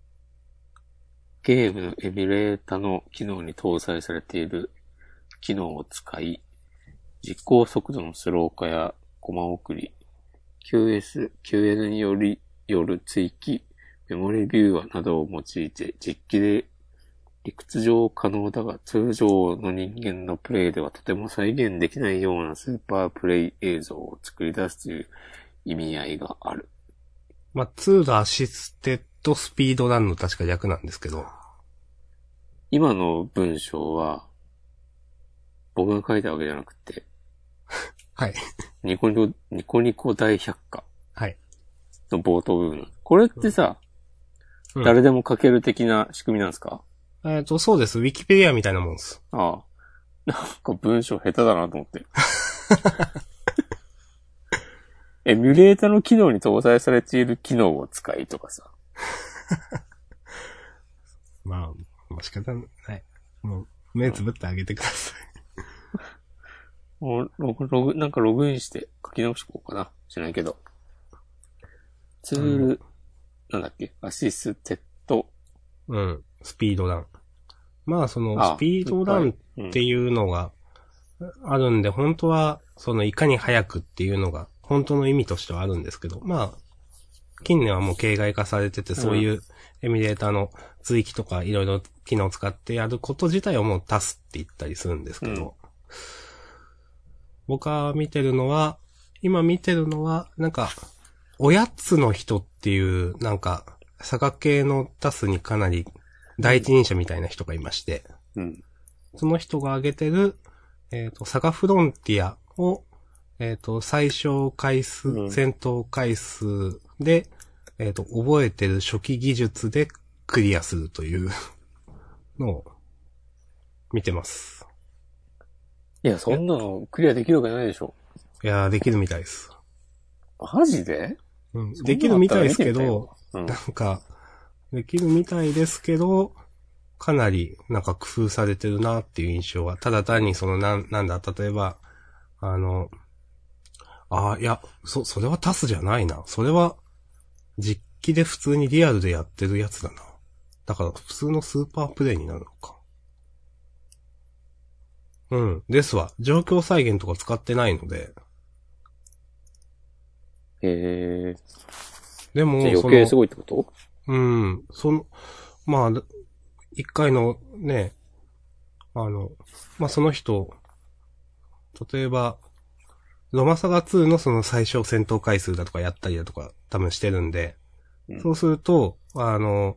ゲームのエミュレータの機能に搭載されている機能を使い、実行速度のスロー化やコマ送り、キューエス、キューエヌ によりよる追記、メモリビューアーなどを用いて実機で理屈上可能だが通常の人間のプレイではとても再現できないようなスーパープレイ映像を作り出すという意味合いがある。 まあ、ツールアシステッドスピードランの確か略なんですけど。 今の文章は、僕が書いたわけじゃなくて、 はい。 ニコニコ、ニコニコ大百科。 はい。 の冒頭部分。これってさ、うん、誰でも書ける的な仕組みなんですか？ えっと、そうです。ウィキペディアみたいなもんです。 ああ。なんか文章下手だなと思って。エミュレータの機能に搭載されている機能を使いとかさ。 まあ、もう仕方ない。もう、目つぶってあげてください。 もうログ、ログ、なんかログインして書き直しこうかな。しないけど。ツール、うん、なんだっけアシステッド。 うん。スピードラン。まあ、その、スピードランっていうのがあるんで、うん、本当は、その、いかに早くっていうのが、本当の意味としてはあるんですけど、まあ、近年はもう形骸化されてて、そういうエミュレーターの追記とかいろいろ機能を使ってやること自体をもう足すって言ったりするんですけど、うん、僕は見てるのは、今見てるのは、なんか、おやつの人っていう、なんか、佐賀系のタスにかなり第一人者みたいな人がいまして、 うん、 その人が挙げてる、えっと、佐賀フロンティアを、えっと、最小回数、うん、戦闘回数で、えっと、覚えてる初期技術でクリアするというのを見てます。 いや、そんなのクリアできるわけないでしょ。 いや、できるみたいです。 マジで？ うん。できるみたいですけど、うん、なんか、できるみたいですけど、かなりなんか工夫されてるなっていう印象は、ただ単にそのなん、なんだ、例えば、あの、ああ、いや、そ、それはタスじゃないな。それは、実機で普通にリアルでやってるやつだな。だから普通のスーパープレイになるのか。うん。ですわ。状況再現とか使ってないので。 へえ。 でも、 余計すごいってこと？ うん。その、まあ、一回のね、あの、まあその人、例えば、ロマサガツーのその最小戦闘回数だとかやったりだとか多分してるんで、うん、そうすると、あの、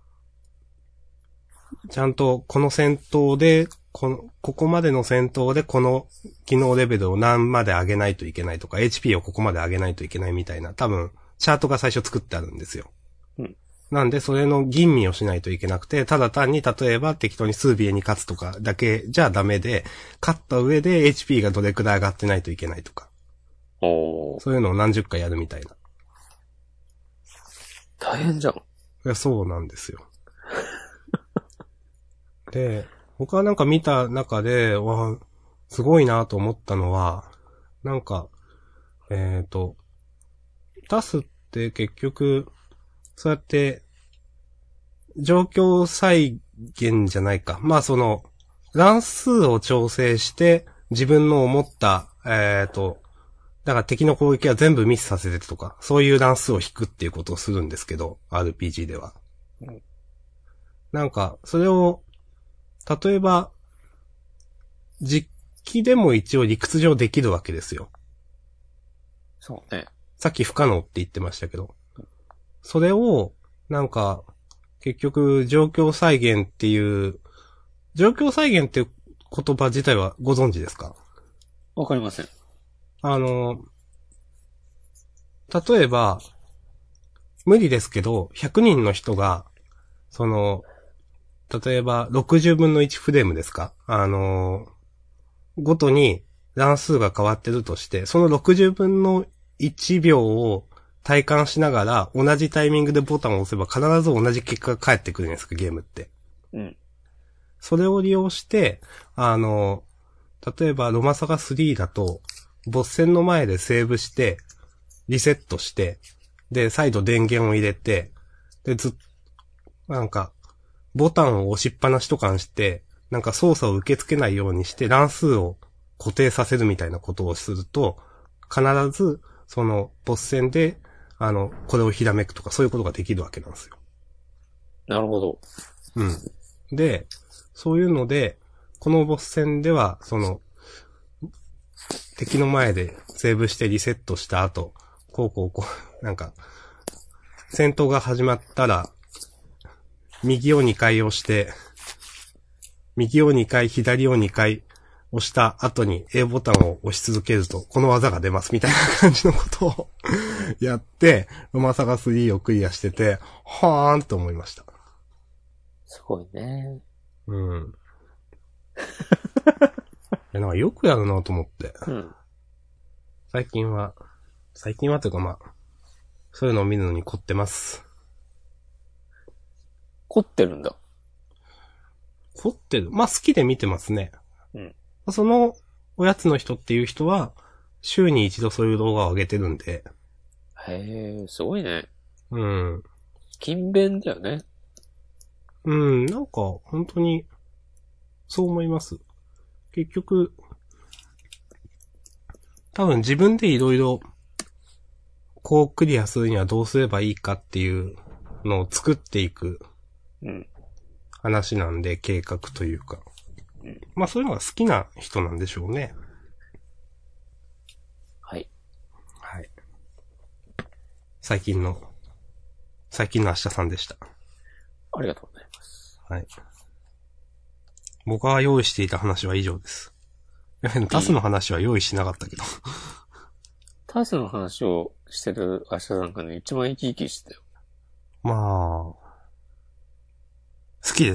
ちゃんとこの戦闘で、この、ここまでの戦闘でこの機能レベルを何まで上げないといけないとか、エイチピー をここまで上げないといけないみたいな、多分、チャートが最初作ってあるんですよ。 うん。 なんで、それの吟味をしないといけなくて、ただ単に例えば適当に数ビエに勝つとかだけじゃダメで、勝った上で エイチピー がどれくらい上がってないといけないとか。 おー。 そういうのを何十回やるみたいな。 大変じゃん。いや、そうなんですよ。で、僕はなんか見た中で、わ、すごいなと思ったのは、なんか、えっと、タスって結局、そうやって、状況再現じゃないか。まあその、乱数を調整して、自分の思った、えっと、だから敵の攻撃は全部ミスさせてとか、そういう乱数を引くっていうことをするんですけど、アールピージー では。 うん、 なんか、それを、例えば、実機でも一応理屈上できるわけですよ。 そうね。 さっき不可能って言ってましたけど。それを、なんか、結局、状況再現っていう、状況再現っていう言葉自体はご存知ですか？ わかりません。 あの、例えば、無理ですけど、ひゃくにんの人が、その、例えばろくじゅうぶんのいちフレームですか？あの、ごとに乱数が変わってるとして、そのろくじゅうぶんのいちびょうを体感しながら同じタイミングでボタンを押せば必ず同じ結果が返ってくるんですか、ゲームって。 うん。 それを利用して、あの、例えばロマサガスリーだと、ボス戦の前でセーブして、リセットして、で、再度電源を入れて、で、ずっ、なんか、ボタンを押しっぱなしとかにして、なんか操作を受け付けないようにして乱数を固定させるみたいなことをすると、必ず、その、ボス戦で、 あの、これをひらめくとかそういうことができるわけなんですよ。 なるほど。 うん。で、そういうので、このボス戦では、その、敵の前でセーブしてリセットした後、こうこうこう、なんか、戦闘が始まったら、右をにかい押して、右をにかい、左をにかい押した後に A ボタンを押し続けると、この技が出ますみたいな感じのことをやって、馬サガスリーをクリアしてて、はーんと思いました。 すごいね。 うん。いや、なんかよくやるなと思って。 うん。 最近は、最近はというかまあ、そういうのを見るのに凝ってます。 凝ってるんだ。 凝ってる。まあ好きで見てますね。 うん。 その、おやつの人っていう人は、週に一度そういう動画を上げてるんで。 へえ、すごいね。 うん。 勤勉だよね。 うん、なんか、本当に、そう思います。結局、多分自分でいろいろ、こうクリアするにはどうすればいいかっていうのを作っていく話なんで、計画というか。うん、まあそういうのが好きな人なんでしょうね。 はい。 はい。最近の、最近の明日さんでした。 ありがとうございます。 はい。僕が用意していた話は以上です。タスの話は用意しなかったけど。 タスの話をしてる明日さんがね、一番生き生きしてたよ。 まあ、好きです。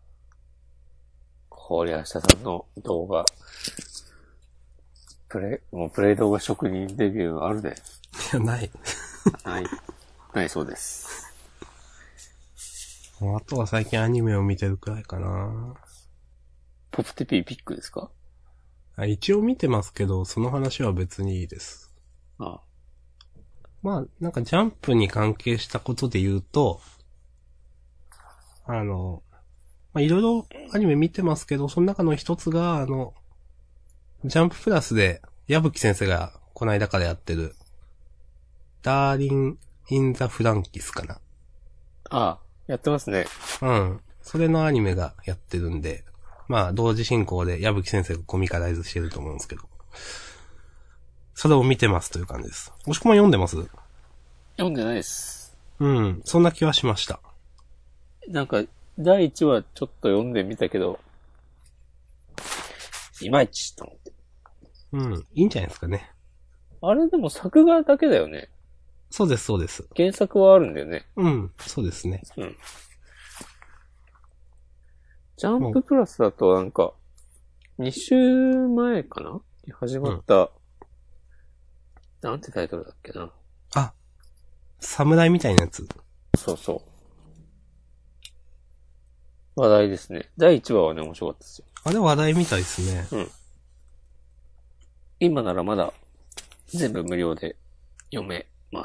こりゃ明日さんの動画、プレイ、もうプレイ動画職人デビューあるで。いや、ない。 ない。ないそうです。 あとは最近アニメを見てるくらいかな。 ポプテピーピックですか？ あ、一応見てますけど、その話は別にいいです。 ああ。 まあ、なんかジャンプに関係したことで言うと、あの、まあいろいろアニメ見てますけど、その中の一つが、あの、ジャンププラスで、矢吹先生がこの間からやってる、ダーリン・イン・ザ・フランキスかな。 ああ、やってますね。 うん。それのアニメがやってるんで、まあ、同時進行で矢吹先生がコミカライズしてると思うんですけど。それを見てますという感じです。もしくも読んでます？ 読んでないです。 うん。そんな気はしました。 なんか、だいいちわちょっと読んでみたけど、いまいちと思って。 うん。いいんじゃないですかね。 あれでも作画だけだよね。 そうです、そうです。 原作はあるんだよね。 うん。そうですね。 うん。ジャンププラスだとなんか、に週前かなに始まった、うん、なんてタイトルだっけな。 あ、侍みたいなやつ。 そうそう。話題ですね。だいいちわはね、面白かったですよ。 あれ話題みたいですね。 うん。今ならまだ、全部無料で読めます。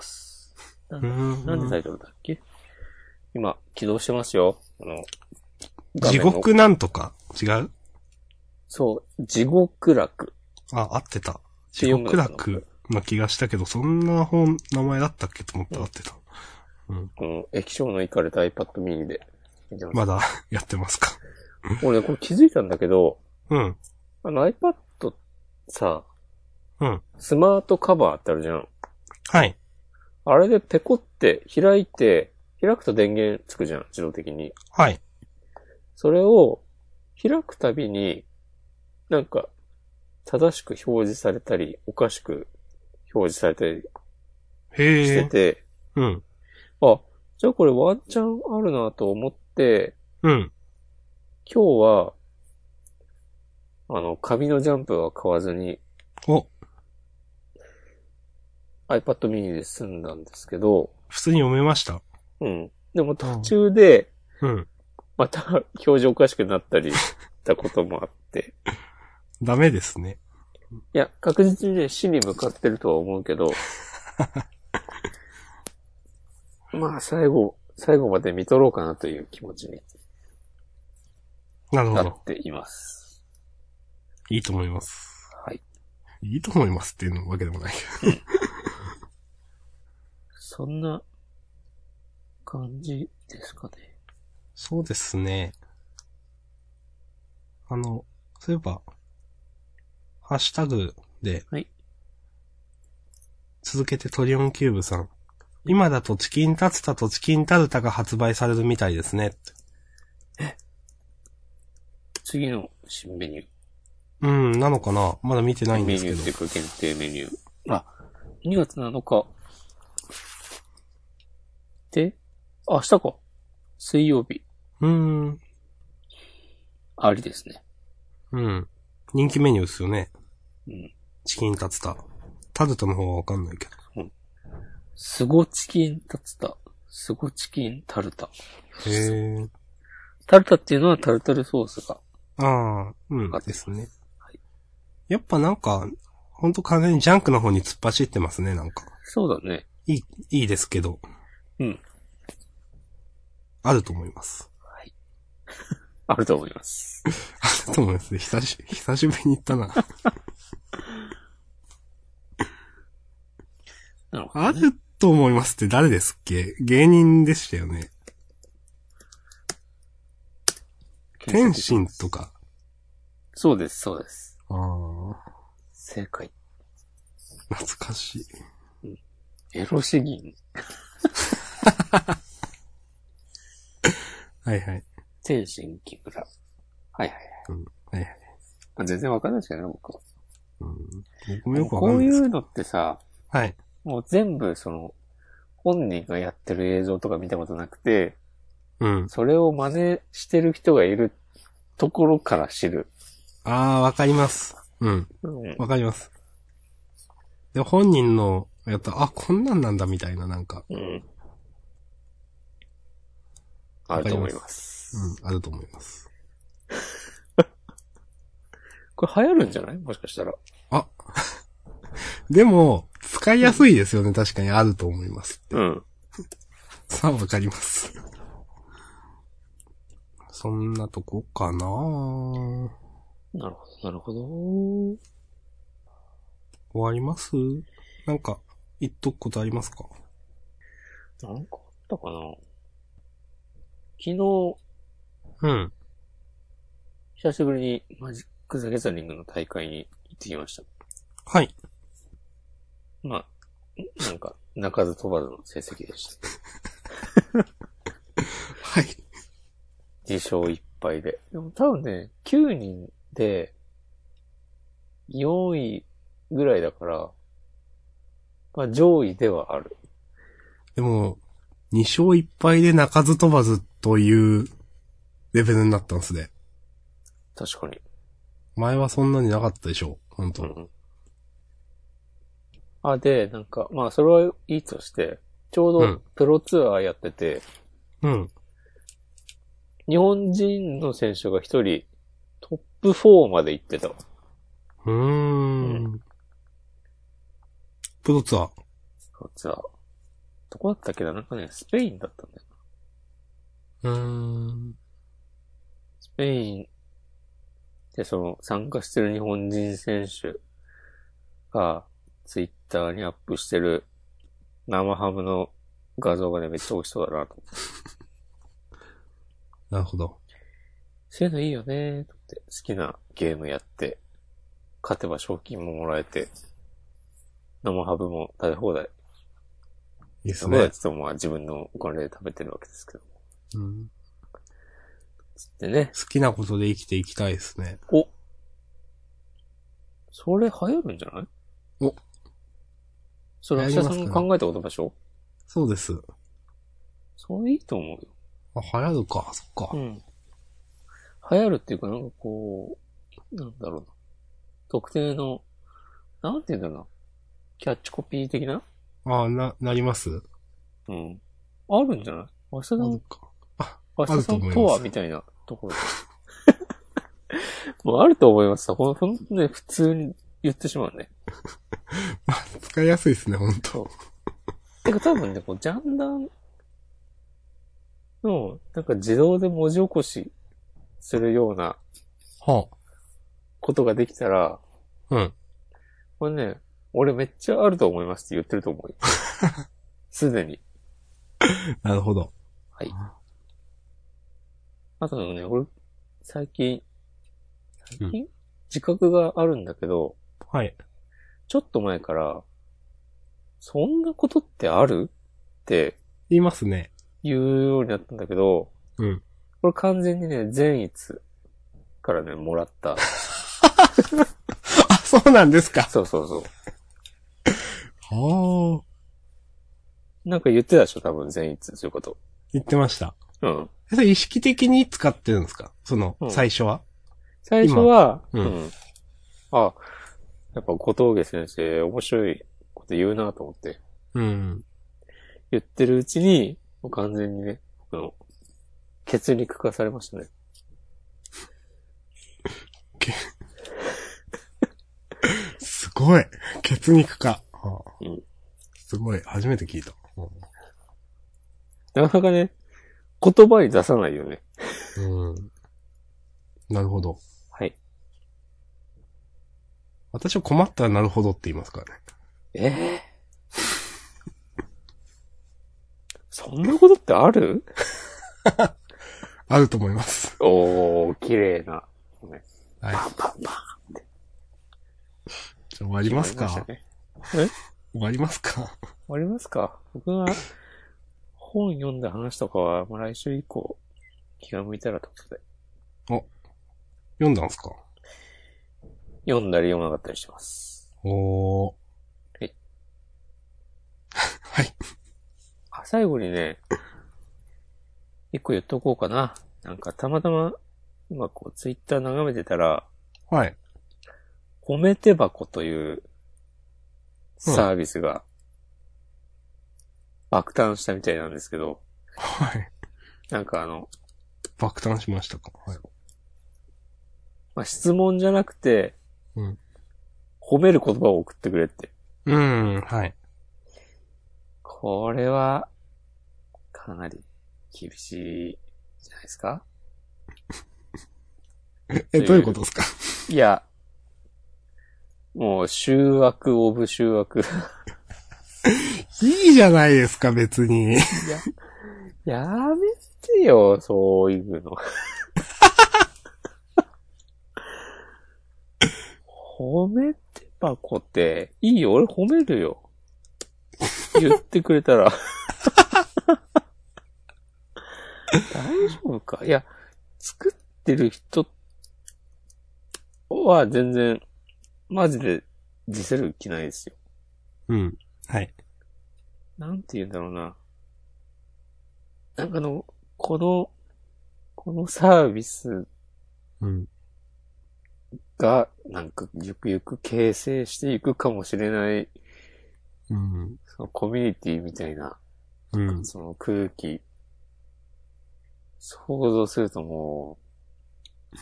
な, なんでタイトルだっけ？今、起動してますよ。あの、 地獄なんとか違う？ そう、地獄楽。 あ、合ってた。地獄楽な気がしたけど、そんな本、名前だったっけと思ったら合ってた。 うん。この液晶のいかれた iPad mini で。 まだやってますか。 俺ね、これ気づいたんだけど、 うん。 あの iPad さ、 うん。 スマートカバーってあるじゃん。 はい。 あれでペコって開いて、開くと電源つくじゃん、自動的に。 はい。 それを開くたびに、なんか、正しく表示されたり、おかしく表示されたりしてて、 うん。 あ、じゃあこれワンチャンあるなと思って、 うん。 今日は、あの、紙のジャンプは買わずに、 お iPad mini で済んだんですけど、 普通に読めました。 うん。でも途中で、 うん。 また表示おかしくなったりしたこともあって。 ダメですね。 いや、確実にね、死に向かってるとは思うけど、まあ最後、最後まで見とろうかなという気持ちになるほど。 なっています。 いいと思います。 はい。 いいと思いますっていうわけでもないけど。 そんな感じですかね。 そうですね。あの、そういえば、ハッシュタグで、 はい。 続けてトリオンキューブさん。今だとチキンタツタとチキンタルタが発売されるみたいですね。 え次の新メニュー。 うん、なのかなまだ見てないんですけど。 メニューっていうか限定メニュー。あ、にがつなのか。で、明日か。水曜日。 うーん。 ありですね。 うん。人気メニューですよね。 うん。 チキンタツタ。タルタの方はわかんないけど。 うん。スゴチキンタツタ。スゴチキンタルタ。 へー。 タルタっていうのはタルタルソースが。 ああ、うんあってですね。 はい。 やっぱなんか、ほんと完全にジャンクの方に突っ走ってますね、なんか。 そうだね。 いい、いいですけど。 うん。 あると思います。 はい。あると思います。 あると思いますね。久し、久しぶりに言ったな。 なるほどね、 あると思いますって誰ですっけ？芸人でしたよね。天心とか。 そうです、そうです。 ああ。 正解。 懐かしい。 うん。エロ詩吟。 はいはい。 天心木村。はいはいはい。 うん。はいはい。 まあ、全然わかんないですよね、僕は。 うん。僕もよくわかんこないです。 ういうのってさ、 はい。 もう全部その、本人がやってる映像とか見たことなくて、 うん。 それを真似してる人がいるところから知る。 ああ、わかります。うん。 うん。 わかります。で、本人のやった、あ、こんなんなんだみたいな、なんか。 うん。あると思います。 うん、あると思います。 これ流行るんじゃないもしかしたら。 あ。でも、使いやすいですよね、うん、確かにあると思いますって。 うん。 さあ、わかります。そんなとこかなぁ。 なるほど、なるほど。終わります？なんか、言っとくことありますか？ なんかあったかな昨日、 うん。 久しぶりにマジック・ザ・ギャザリングの大会に行ってきました。 はい。 まあ、なんか、鳴かず飛ばずの成績でした。 はい。 に勝いっぱいで。でも多分ね、きゅうにんで、よんいぐらいだから、まあ上位ではある。 でも、に勝いっぱいで鳴かず飛ばずというレベルになったんですね。 確かに。 前はそんなになかったでしょう。本当。うん。 あ、で、なんか、まあそれはいいとして、ちょうどプロツアーやってて、 うん。 日本人の選手が一人トップフォーまで行ってたわ。 うーん。うん、プロツアー。 プロツアー。どこだったっけななんかね、スペインだったんだよな。うーん。 スペインでその参加してる日本人選手がツイッターにアップしてる生ハムの画像がね、めっちゃ美味しそうだなと思って。 なるほど。 そういうのいいよねと思って。好きなゲームやって、勝てば賞金ももらえて、生ハムも食べ放題。 いいっすね。 食べ放題って言ってもまあ自分のお金で食べてるわけですけど。 うん。 つってね。 好きなことで生きていきたいですね。 お。それ流行るんじゃない？ お。 それ、橋田さんが考えたことでしょ？ そうです。 それいいと思うよ。 あ、流行るか、そっか。 うん。流行るっていうか、なんかこう、なんだろうな。特定の、なんて言うんだろうな。キャッチコピー的な？ ああ、な、なります？ うん。あるんじゃない明日さん、 あるか。あ、 明日さんとはみたいなところで。もうあると思います。ほんとね、普通に言ってしまうね。 まあ、使いやすいですね、ほんと。 そう。てか多分ね、こう、ジャンダンの、なんか自動で文字起こしするような、 はあ。 ことができたら、 うん。 これね、俺めっちゃあると思いますって言ってると思うよ。 すでに。 なるほど。 はい。あとね、俺、最近、最近、うん、自覚があるんだけど、 はい。 ちょっと前から、そんなことってあるって言いますね。 言うようになったんだけど、 うん。 これ完全にね、善逸からね、もらった。 あ、そうなんですか。 そうそうそう。 はあ。 なんか言ってたでしょ、多分善逸、そういうこと。 言ってました。 うん。 それ意識的に使ってるんですか？その、うん、最初は最初は、 うん、うん。 あ、やっぱ小峠先生面白いこと言うなと思って。 うん。 言ってるうちに、もう完全にね、僕の、血肉化されましたね。 すごい。血肉化。はあ、 うん。 すごい。初めて聞いた。うん、 なかなかね、言葉に出さないよね。 うん。なるほど。 はい。 私は困ったらなるほどって言いますからね。 ええー、そんなことってある？ あると思います。 おー、綺麗な。ね、 はい。 パンパンパンって。 じゃあ終わりますか？ ね、え終わりますか？終わりますか？僕は本読んだ話とかは、まあ、来週以降気が向いたらということで。 お、読んだんすか？ 読んだり読まなかったりしてます。 おー。 はい。 はい。 あ、最後にね、一個言っとこうかな。なんかたまたま、今こうツイッター眺めてたら、 はい。 褒めて箱というサービスが爆誕したみたいなんですけど、 はい。 なんかあの、 爆誕しましたか？はい。 まあ、質問じゃなくて、 うん。 褒める言葉を送ってくれって。 うーん、はい。 これは、かなり厳しいじゃないですか？ え、どういうことですか？ いや、もう、集悪オブ集悪。 いいじゃないですか、別に。いや、やめてよ、そういうの。褒めて箱って、いいよ、俺褒めるよ。言ってくれたら。大丈夫か？いや、作ってる人は全然、マジでディスる気ないですよ。 うん。はい。 なんて言うんだろうな。なんかあの、この、このサービスが、なんかゆくゆく形成していくかもしれない、 うん、 そのコミュニティみたいな、 うん、 その空気、想像するともう、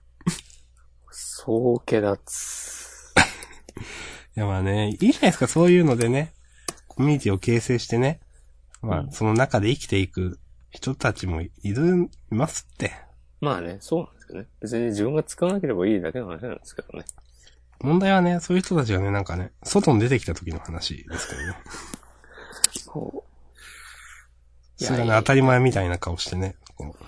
そうけだつ。 いやまあね、いいじゃないですか、そういうのでね、コミュニティを形成してね、まあ、うん、その中で生きていく人たちもいる、いますって。 まあね、そうなんですけどね。別に自分が使わなければいいだけの話なんですけどね。 問題はね、そういう人たちがね、なんかね、外に出てきた時の話ですけどね。 こう。それがね、当たり前みたいな顔してね。こう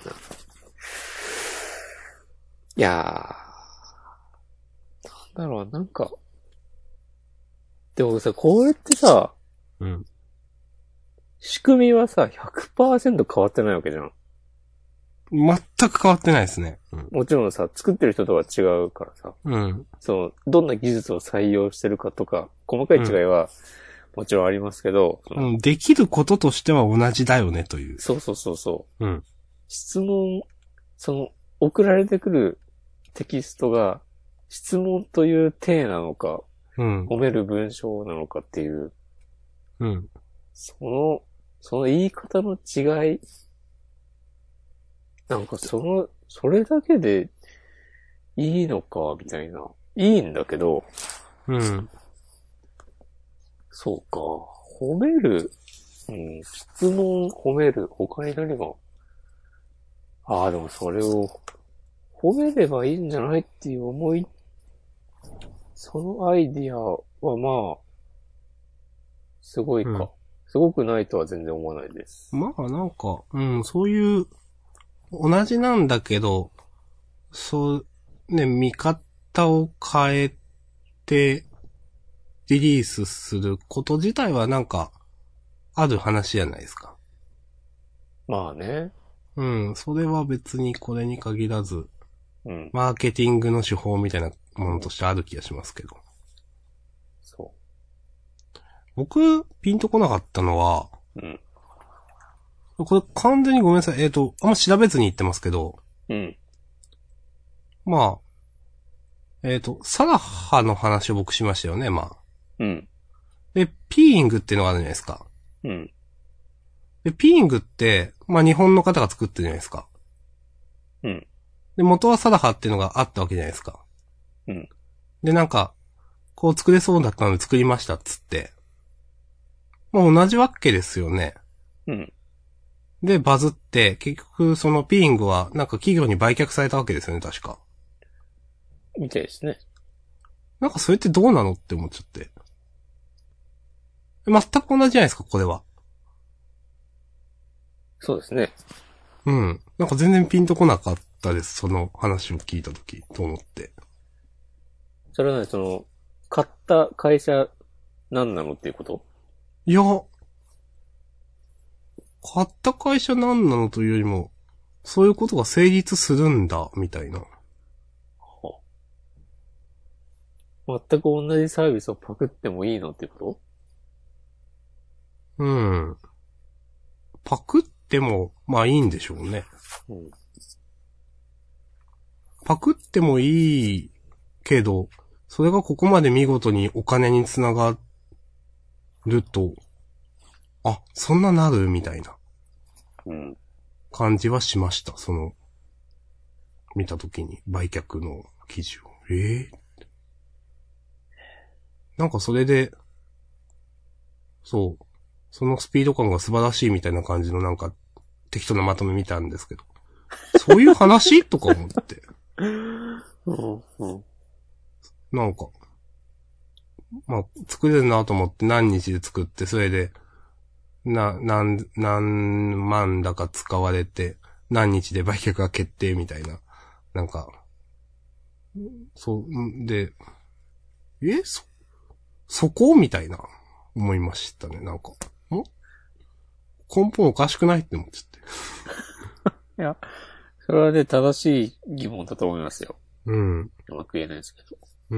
いやー、なんだろう、なんか、でもさ、これってさ、 うん。 仕組みはさ、ひゃくパーセント 変わってないわけじゃん。 全く変わってないですね。 うん、もちろんさ、作ってる人とは違うからさ。 うん。 その、どんな技術を採用してるかとか、細かい違いは、もちろんありますけど、 うん、できることとしては同じだよねという。 そうそうそうそう。 うん。 質問、その、送られてくるテキストが、質問という体なのか、 うん。 褒める文章なのかっていう、 うん。 その、その言い方の違い、なんかその、それだけでいいのか、みたいな。いいんだけど、 うん。 そうか。褒める、うん、質問褒める、他に何が、ああ、でもそれを褒めればいいんじゃないっていう思い、そのアイディアはまあ、すごいか。 うん、 すごくないとは全然思わないです。 まあなんか、うん、そういう、同じなんだけど、そう、ね、見方を変えて、リリースすること自体はなんか、ある話じゃないですか。 まあね。 うん、それは別にこれに限らず、 うん。 マーケティングの手法みたいなものとしてある気がしますけど。 そ僕、ピンとこなかったのは、 う。うん。 これ完全にごめんなさい。えっと、あんま調べずに言ってますけど、 うん。 まあ、えっと、サラハの話を僕しましたよね、まあ。 うん。 で、ピーイングっていうのがあるじゃないですか。 うん。 で、ピーイングって、まあ日本の方が作ってるじゃないですか。 うん。 で、元はサラハっていうのがあったわけじゃないですか。 うん。 で、なんか、こう作れそうだったので作りましたっつって。まあ同じわけですよね。 うん。 で、バズって、結局そのピーイングはなんか企業に売却されたわけですよね、確か。 みたいですね。 なんかそれってどうなのって思っちゃって。全く同じじゃないですか、これは。 そうですね。 うん。なんか全然ピンとこなかったです、その話を聞いたとき、と思って。 それはね、その、買った会社何なのっていうこと？ いや、買った会社何なのというよりも、そういうことが成立するんだ、みたいな。 全く同じサービスをパクってもいいのっていうこうん。パクっても、まあいいんでしょうね。 と？うん。 パクってもいいけど、それがここまで見事にお金につながると、あ、そんななるみたいなうん。 感じはしました。その、見たときに売却の記事を。ええー、なんかそれで、そう、そのスピード感が素晴らしいみたいな感じのなんか適当なまとめ見たんですけど。そういう話とか思って。 うんうん。 なんか、まあ、作れるなと思って何日で作って、それで、な、何、何万だか使われて、何日で売却が決定みたいな。なんか、そう、で、え、そ、そこみたいな、思いましたね、なんか。ん根本おかしくないって思っちゃって。 いや、それはね、正しい疑問だと思いますよ。 うん。 うまく言えないですけど。 うん。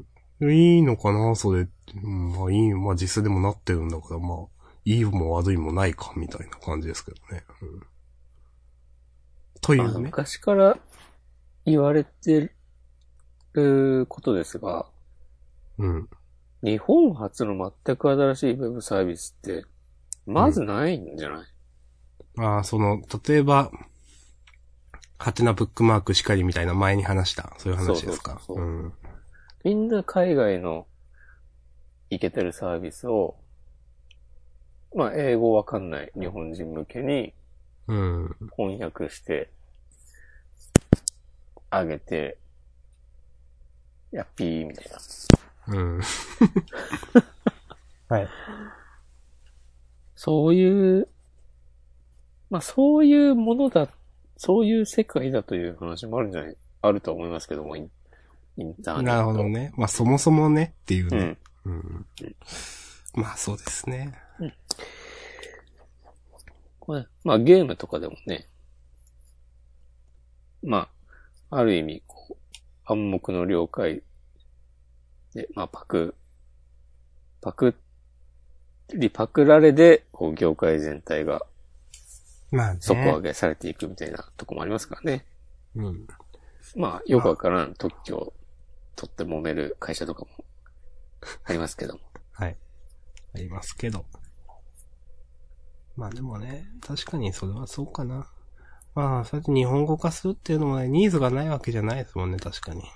いいのかなそれって。うん、まあいい、まあ実際でもなってるんだから、まあ、いいも悪いもないか、みたいな感じですけどね。うん、というね。 昔から言われてることですが、 うん。 日本初の全く新しいウェブサービスって、まずないんじゃない？ うん、ああ、その、例えば、ハテナブックマークしかりみたいな前に話した、そういう話ですか。 そうそうそう、 うん。 みんな海外のイケてるサービスを、まあ、英語わかんない日本人向けにうん。 翻訳してあげて、やっぴーみたいな。 うん。はい。 そういう、まあそういうものだ、そういう世界だという話もあるんじゃない、あると思いますけども、イン、インターネット。 なるほどね。まあそもそもねっていうね。 うん。 うん。まあそうですね。 うん。これ、まあゲームとかでもね、まあ、ある意味、こう、暗黙の了解で、まあパク、パクりパクられで、こう業界全体がまあね。 底上げされていくみたいなとこもありますからね。 うん。 まあ、よくわからん特許を取って揉める会社とかもありますけども。 はい。ありますけど。まあでもね、確かにそれはそうかな。まあ、そうやって日本語化するっていうのもね、ニーズがないわけじゃないですもんね、確かに。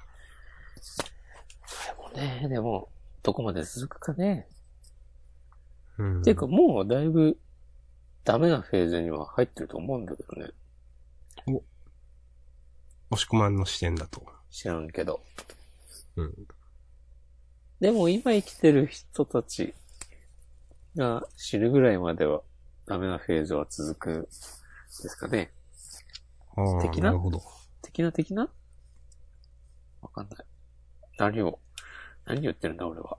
でもね、でも、どこまで続くかね。 うん。 っていうか、もうだいぶダメなフェーズには入ってると思うんだけどね。 お、押し込まんの視点だと。 知らんけど。 うん。 でも今生きてる人たちが死ぬぐらいまではダメなフェーズは続くんですかね。 ああ、 的ななるほど。 的な的なわかんない。何を、何言ってるんだ俺は。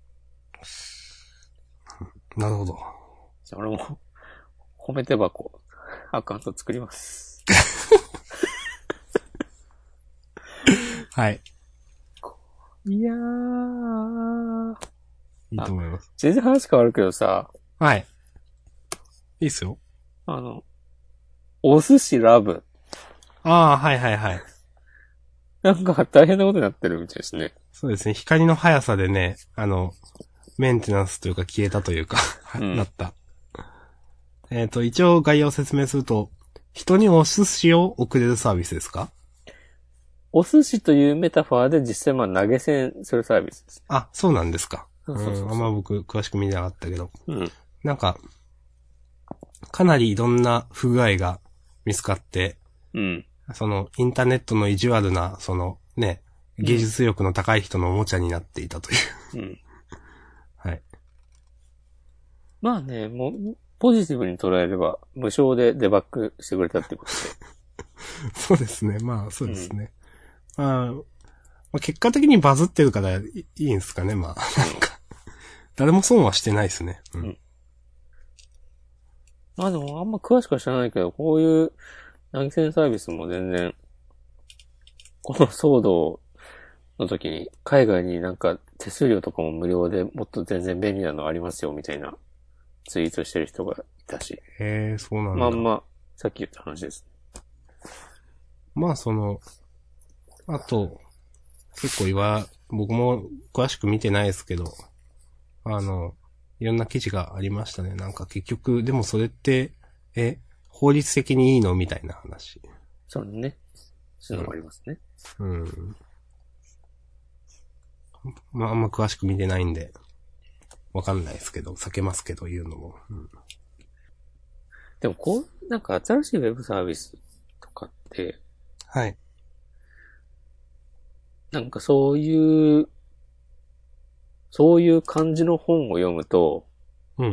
なるほど。 じゃあ俺も、褒めて箱、アカウント作ります。 はい。 いやー。 いいと思います。 全然話変わるけどさ。 はい。いいっすよ。 あの、お寿司ラブ。 ああ、はいはいはい。 なんか大変なことになってるみたいですね。 そうですね。光の速さでね、あの、メンテナンスというか消えたというか、うん、なった。えっと、一応概要を説明すると、人にお寿司を送れるサービスですか？ お寿司というメタファーで実際まあ投げ銭するサービスです。 あ、そうなんですか。 そうそうそうそう。 うん、あんま僕詳しく見てなかったけど。 うん。 なんか、かなりいろんな不具合が見つかって、 うん。 その、インターネットの意地悪な、その、ね、技術力の高い人のおもちゃになっていたという。うん。はい。 まあね、もう、ポジティブに捉えれば、無償でデバッグしてくれたってことで。そうですね。まあ、そうですね。うん、まあ、まあ、結果的にバズってるからいい、いいんですかね、まあ。なんか、誰も損はしてないですね。うん。うん、 まあでも、あんま詳しくは知らないけど、こういう投げ銭サービスも全然、この騒動の時に、海外になんか手数料とかも無料でもっと全然便利なのありますよ、みたいなツイートしてる人がいたし。 へえ、そうなんだ。 まあまあ、さっき言った話です。 まあその、あと、結構今、僕も詳しく見てないですけど、あの、いろんな記事がありましたね。なんか結局、でもそれって、え、法律的にいいのみたいな話。 そうね。そういうのもありますね。 うん。うん、まああんま詳しく見てないんで、わかんないですけど、避けますけど言うのも。うん、 でもこう、なんか新しいウェブサービスとかって、 はい。 なんかそういう、そういう感じの本を読むと、 うん。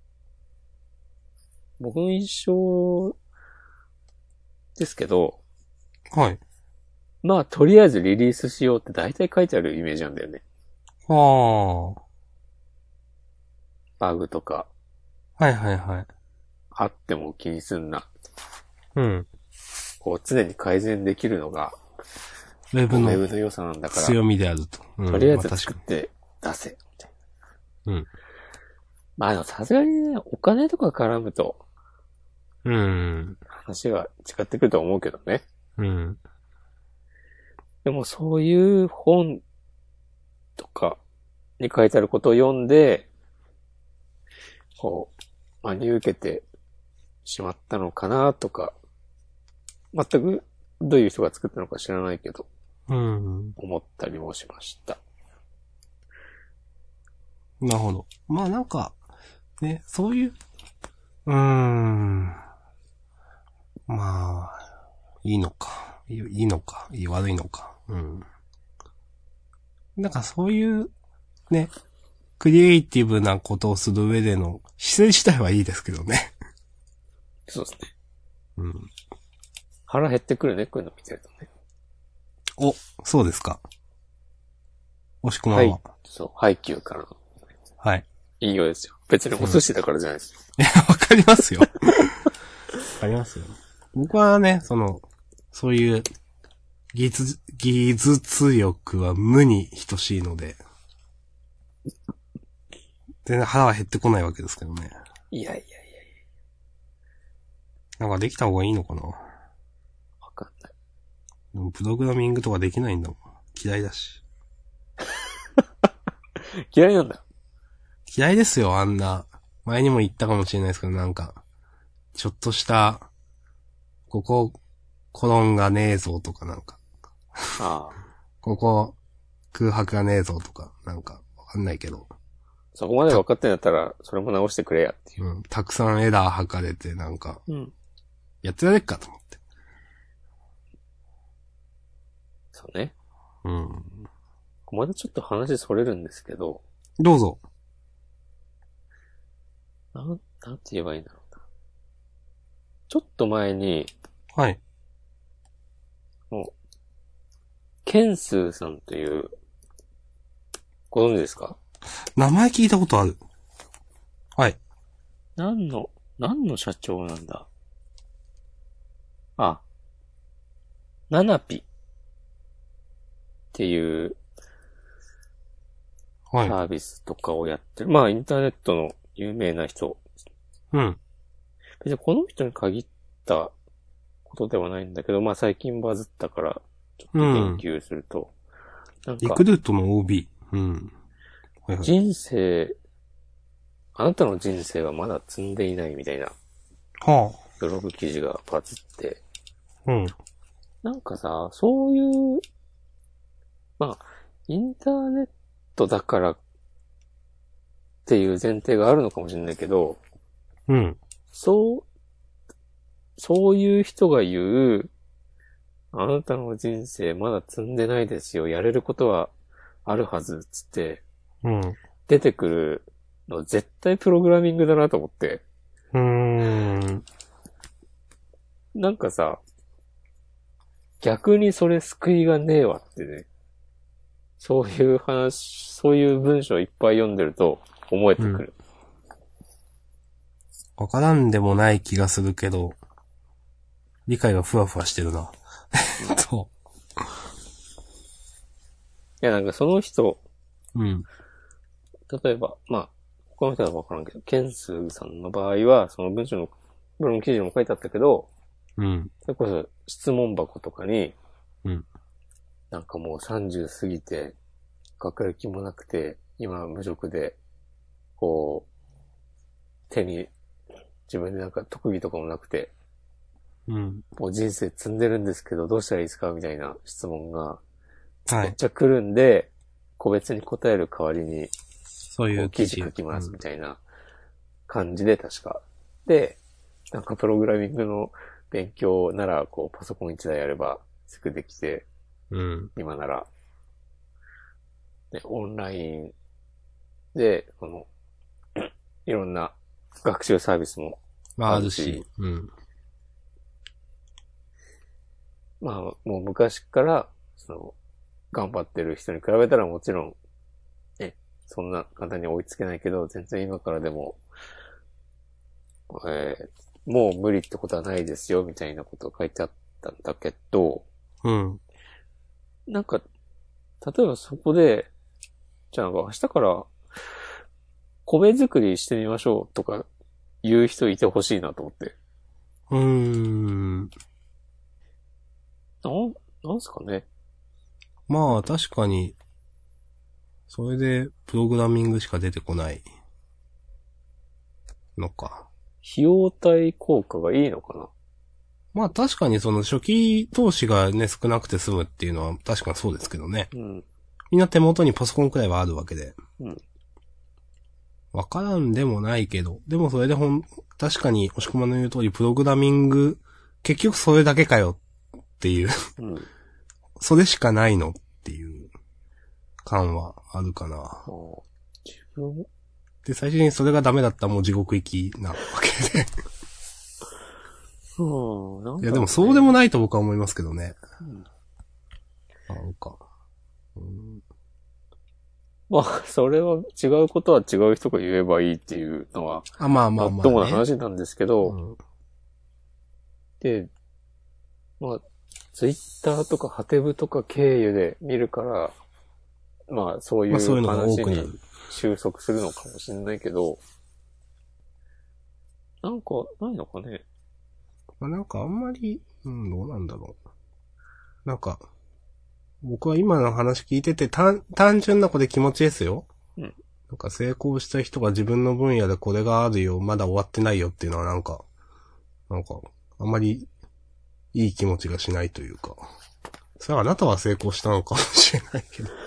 僕の印象ですけど、 はい。 まあとりあえずリリースしようって大体書いてあるイメージなんだよね。 はあ。 バグとか。 はいはいはい。 あっても気にすんな。 うん。 こう常に改善できるのが、 ウェブの、 ウェブの良さなんだから。 強みであると。 うん、とりあえず作って出せ。みたいな。うん。 まあでもさすがにね、お金とか絡むと、 うん。 話は違ってくると思うけどね。 うん。 でもそういう本とかに書いてあることを読んで、こう、真に受けてしまったのかなとか、全くどういう人が作ったのか知らないけど、 うん。 思ったりもしました。 なるほど。まあなんか、ね、そういう、うーん。まあ、いいのか。いいのか。いい悪いのか。うん。なんかそういう、ね、クリエイティブなことをする上での姿勢自体はいいですけどね。 そうですね。 うん。 腹減ってくるね、こういうの見てるとね。 お、そうですか。押し込まんは。 はい。そう、ハイキューからの。 はい。 引用ですよ。別にお寿司だからじゃないですよ。 いや、わかりますよ。わかりますよ。僕はね、その、そういう技術、技術力は無に等しいので、全然腹は減ってこないわけですけどね。 いやいやいやいや。なんかできた方がいいのかな。 わかんない。 でもプログラミングとかできないんだもん。嫌いだし。 嫌いなんだ。 嫌いですよ、あんな。前にも言ったかもしれないですけど、なんか、ちょっとした、ここ、コロンがねえぞとかなんか。 ああ。 ここ、空白がねえぞとか、なんか、わかんないけど。 そこまで分かってんだったら、それも直してくれやっていう。 うん。たくさんエラー吐かれて、なんか、 うん。 やってられっかと思って。 そうね。 うん。 まだちょっと話それるんですけど。 どうぞ。 なん、なんて言えばいいんだろうな。ちょっと前に、 はい。 もう、ケンスーさんという、ご存知ですか？ 名前聞いたことある。はい。 何の、何の社長なんだ？あ、ナナピっていうはい。 サービスとかをやってる。まあ、インターネットの有名な人。 うん。 別にこの人に限ったことではないんだけど、まあ最近バズったから、ちょっと言及すると、うん、なんリか、 クルートの オービー。うん。はいはい。 人生、あなたの人生はまだ積んでいないみたいな、 はブログ記事がバズって、 あ。うん。 なんかさ、そういう、まあ、インターネットだからっていう前提があるのかもしれないけど、 うん。 そう、そういう人が言う、あなたの人生まだ積んでないですよ。やれることはあるはず、つって、 うん。 出てくるの絶対プログラミングだなと思って。 うーん。 なんかさ、逆にそれ救いがねえわってね。そういう話、そういう文章いっぱい読んでると思えてくる。 わからんでもない気がするけど、理解がふわふわしてるな。えっと。 いやなんかその人、 うん。 例えば、まあ、他の人はわからんけど、ケンスーさんの場合は、その文章の、ブログ記事にも書いてあったけど、 うん。 それこそ質問箱とかに、 うん。 なんかもうさんじゅう過ぎて、学歴もなくて、今無職で、こう、手に自分でなんか特技とかもなくて、 うん。 もう人生積んでるんですけど、どうしたらいいですかみたいな質問が、 はい。 めっちゃ来るんで、個別に答える代わりに、 そういこう記う記事。 事書きます、 うん。 みたいな感じで確か。で、なんかプログラミングの勉強なら、こう、パソコン一台あればすぐできて、 うん。 今なら、ね、オンラインで、この、いろんな学習サービスもまあ、あるし。 あるし、 うん。 まあ、もう昔から、その、頑張ってる人に比べたらもちろん、ね、そんな簡単に追いつけないけど、全然今からでも、えー、もう無理ってことはないですよ、みたいなことが書いてあったんだけど、 うん。 なんか、例えばそこで、じゃあ明日から米作りしてみましょうとか言う人いてほしいなと思って。 うーん。 なん、なんすかね。 まあ、確かに、それで、プログラミングしか出てこないのか。 費用対効果がいいのかな。 まあ確かにその初期投資がね、少なくて済むっていうのは確かにそうですけどね。 うん。 みんな手元にパソコンくらいはあるわけで。 うん。 わからんでもないけど。でもそれでほん、確かに、押し込まの言う通り、プログラミング、結局それだけかよっていう。 うん。 それしかないのっていう感はあるかな。 自分で、最終的にそれがダメだったらもう地獄行きなわけで。 うん、なんだろうね。 いやでもそうでもないと僕は思いますけどね。 うん、 なんか。うん、 まあ、それは違うことは違う人が言えばいいっていうのは、 あ、まあままあまあね。 っともな話なんですけど、 うん、 で、まあ、ツイッターとかハテブとか経由で見るから、まあ、そういうまあそういうのが多話にくなる。 収束するのかもしれないけど、なんか、ないのかね。 まあなんかあんまり、うん、どうなんだろう。なんか、僕は今の話聞いてて単、単純な子で気持ちいいですよ。 うん。 なんか成功した人が自分の分野でこれがあるよ、まだ終わってないよっていうのはなんか、なんか、あんまりいい気持ちがしないというか。それはあなたは成功したのかもしれないけどって。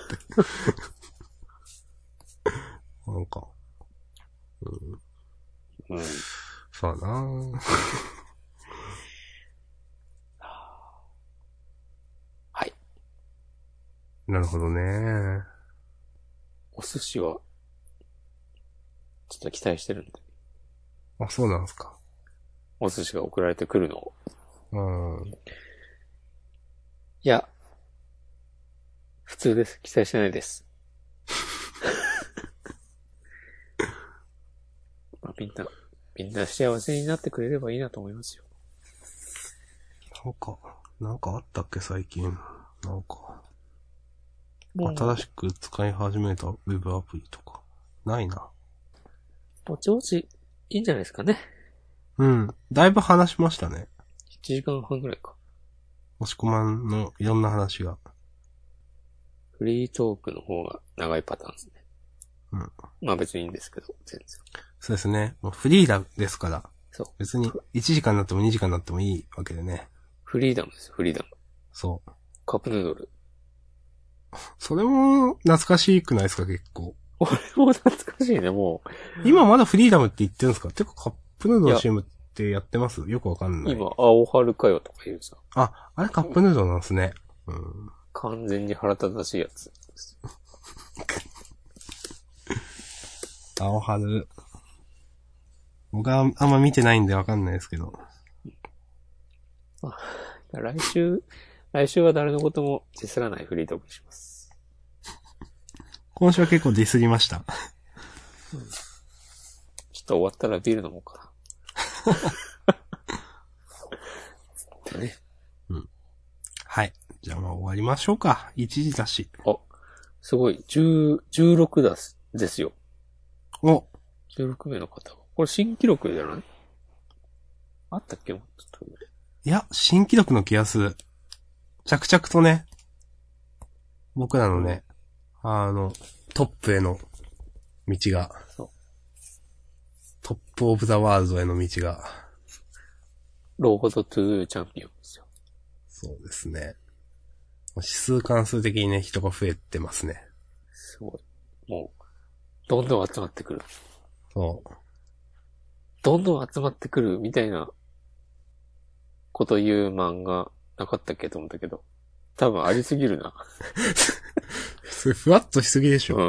なんか、うん。 うん。 さあなぁ。 はい。 なるほどね。 お寿司は、ちょっと期待してるんで。 あ、そうなんですか。 お寿司が送られてくるのを。 うん。 いや、普通です。期待してないです。まあ、みんな、みんな幸せになってくれればいいなと思いますよ。 なんか、なんかあったっけ最近。なんか、 もう新しく使い始めたウェブアプリとか。ないな。 ぼちぼち、いいんじゃないですかね。 うん。だいぶ話しましたね。 いちじかんはんぐらいか。 押し込まんのいろんな話が。 フリートークの方が長いパターンですね。 うん。 まあ別にいいんですけど、全然。 そうですね。もうフリーダムですから。 そう。 別にいちじかんになってもにじかんになってもいいわけでね。 フリーダムですよ、フリーダム。 そう。 カップヌードル。 それも懐かしくないですか結構。 俺も懐かしいね、もう。今まだフリーダムって言ってるんですかてかカップヌードルの シーエム ってやってますよくわかんない。 今、青春かよとか言うさ。 あ、あれカップヌードルなんですね。うん。 完全に腹立たしいやつ。 青春。僕はあんま見てないんでわかんないですけど。 あ、来週、来週は誰のこともディスらないフリートークにします。 今週は結構ディスりました。 うん、ちょっと終わったらビール飲もうかな。ね。 うん。はい。じゃあまあ終わりましょうか。いちじだし。 あ、すごい。じゅう、じゅうろくだす、ですよ。 お ! じゅうろくめいの方。これ新記録じゃない？あったっけ？もうちょっと。 いや、新記録の気がする。着々とね、僕らのね、あの、トップへの道が、 そう。 トップオブザワールドへの道が、 ロードトゥーチャンピオンですよ。 そうですね。指数関数的にね、人が増えてますね。 すごい。もう、どんどん集まってくる。 そう。 どんどん集まってくるみたいなこと言う漫画なかったっけと思ったけど、多分ありすぎるな。 それふわっとしすぎでしょ。 うん、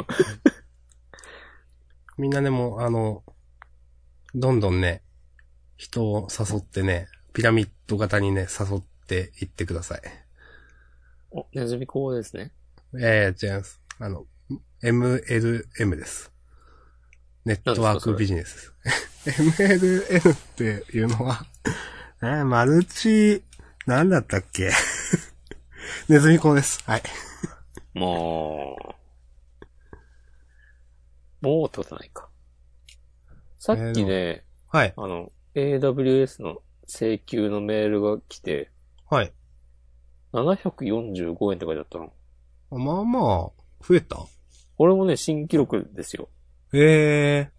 みんなでも、あの、どんどんね、人を誘ってね、ピラミッド型にね、誘っていってください。 お、ネズミ講ですね。 ええー、違います。あの、エムエルエム です。ネットワークビジネス。エムエルエム っていうのは、えー、マルチ、なんだったっけネズミ講です。はい。 もう、もうってことないか。さっきね、えー、はい。 あの、エーダブリューエス の請求のメールが来て、 はい。 ななひゃくよんじゅうごえんって書いてあったの。 まあまあ、増えた？ これもね、新記録ですよ。 ええ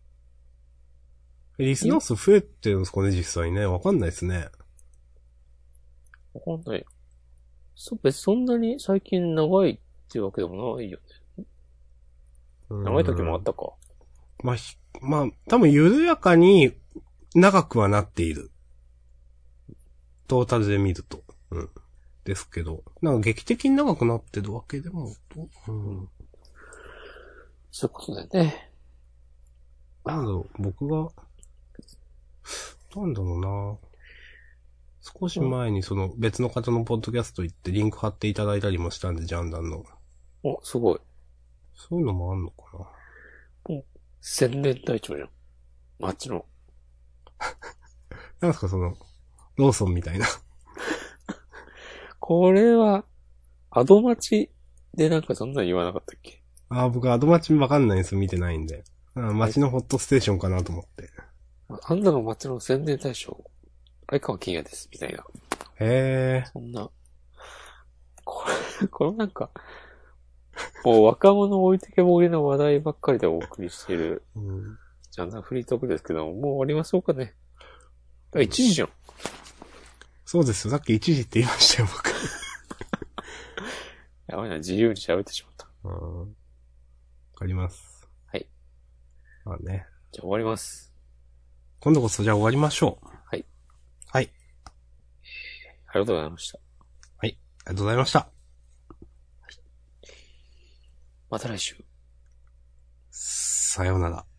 ー。リスナー数増えてるんですかね、実際ね。わかんないですね。 わかんない。そ、別にそんなに最近長いっていうわけでもないよね。長い時もあったか。 まあ、まあ、多分緩やかに長くはなっている。トータルで見ると。うん。ですけど。なんか劇的に長くなってるわけでも、うん。 そういうことだよね。 なんだろう、僕が、なんだろうな。少し前にその別の方のポッドキャスト行ってリンク貼っていただいたりもしたんで、ジャンダンの。 お、すごい。 そういうのもあんのかな。 お、宣伝隊長じゃん。街の。 なんですかその、ローソンみたいな。 これは、アドマチでなんかそんな言わなかったっけ？ ああ、僕アドマチわかんないんですよ、見てないんで。街のホットステーションかなと思って。 あんなの街の宣伝大賞、相川金也です、みたいな。 へえ。 そんな。これ、これなんか、もう若者置いてけぼりの話題ばっかりでお送りしてる。うん、じゃあな、フリートークですけども、もう終わりましょうかね。あ、いちじじゃん。 そうですよ。さっきいちじって言いましたよ、僕。 やばいな、自由に喋ってしまった。 うん。わかります。 はい。 まあね。 じゃあ終わります。 今度こそじゃあ終わりましょう。 はい。 はい。 ありがとうございました。 はい。ありがとうございました。はい。 また来週。 さようなら。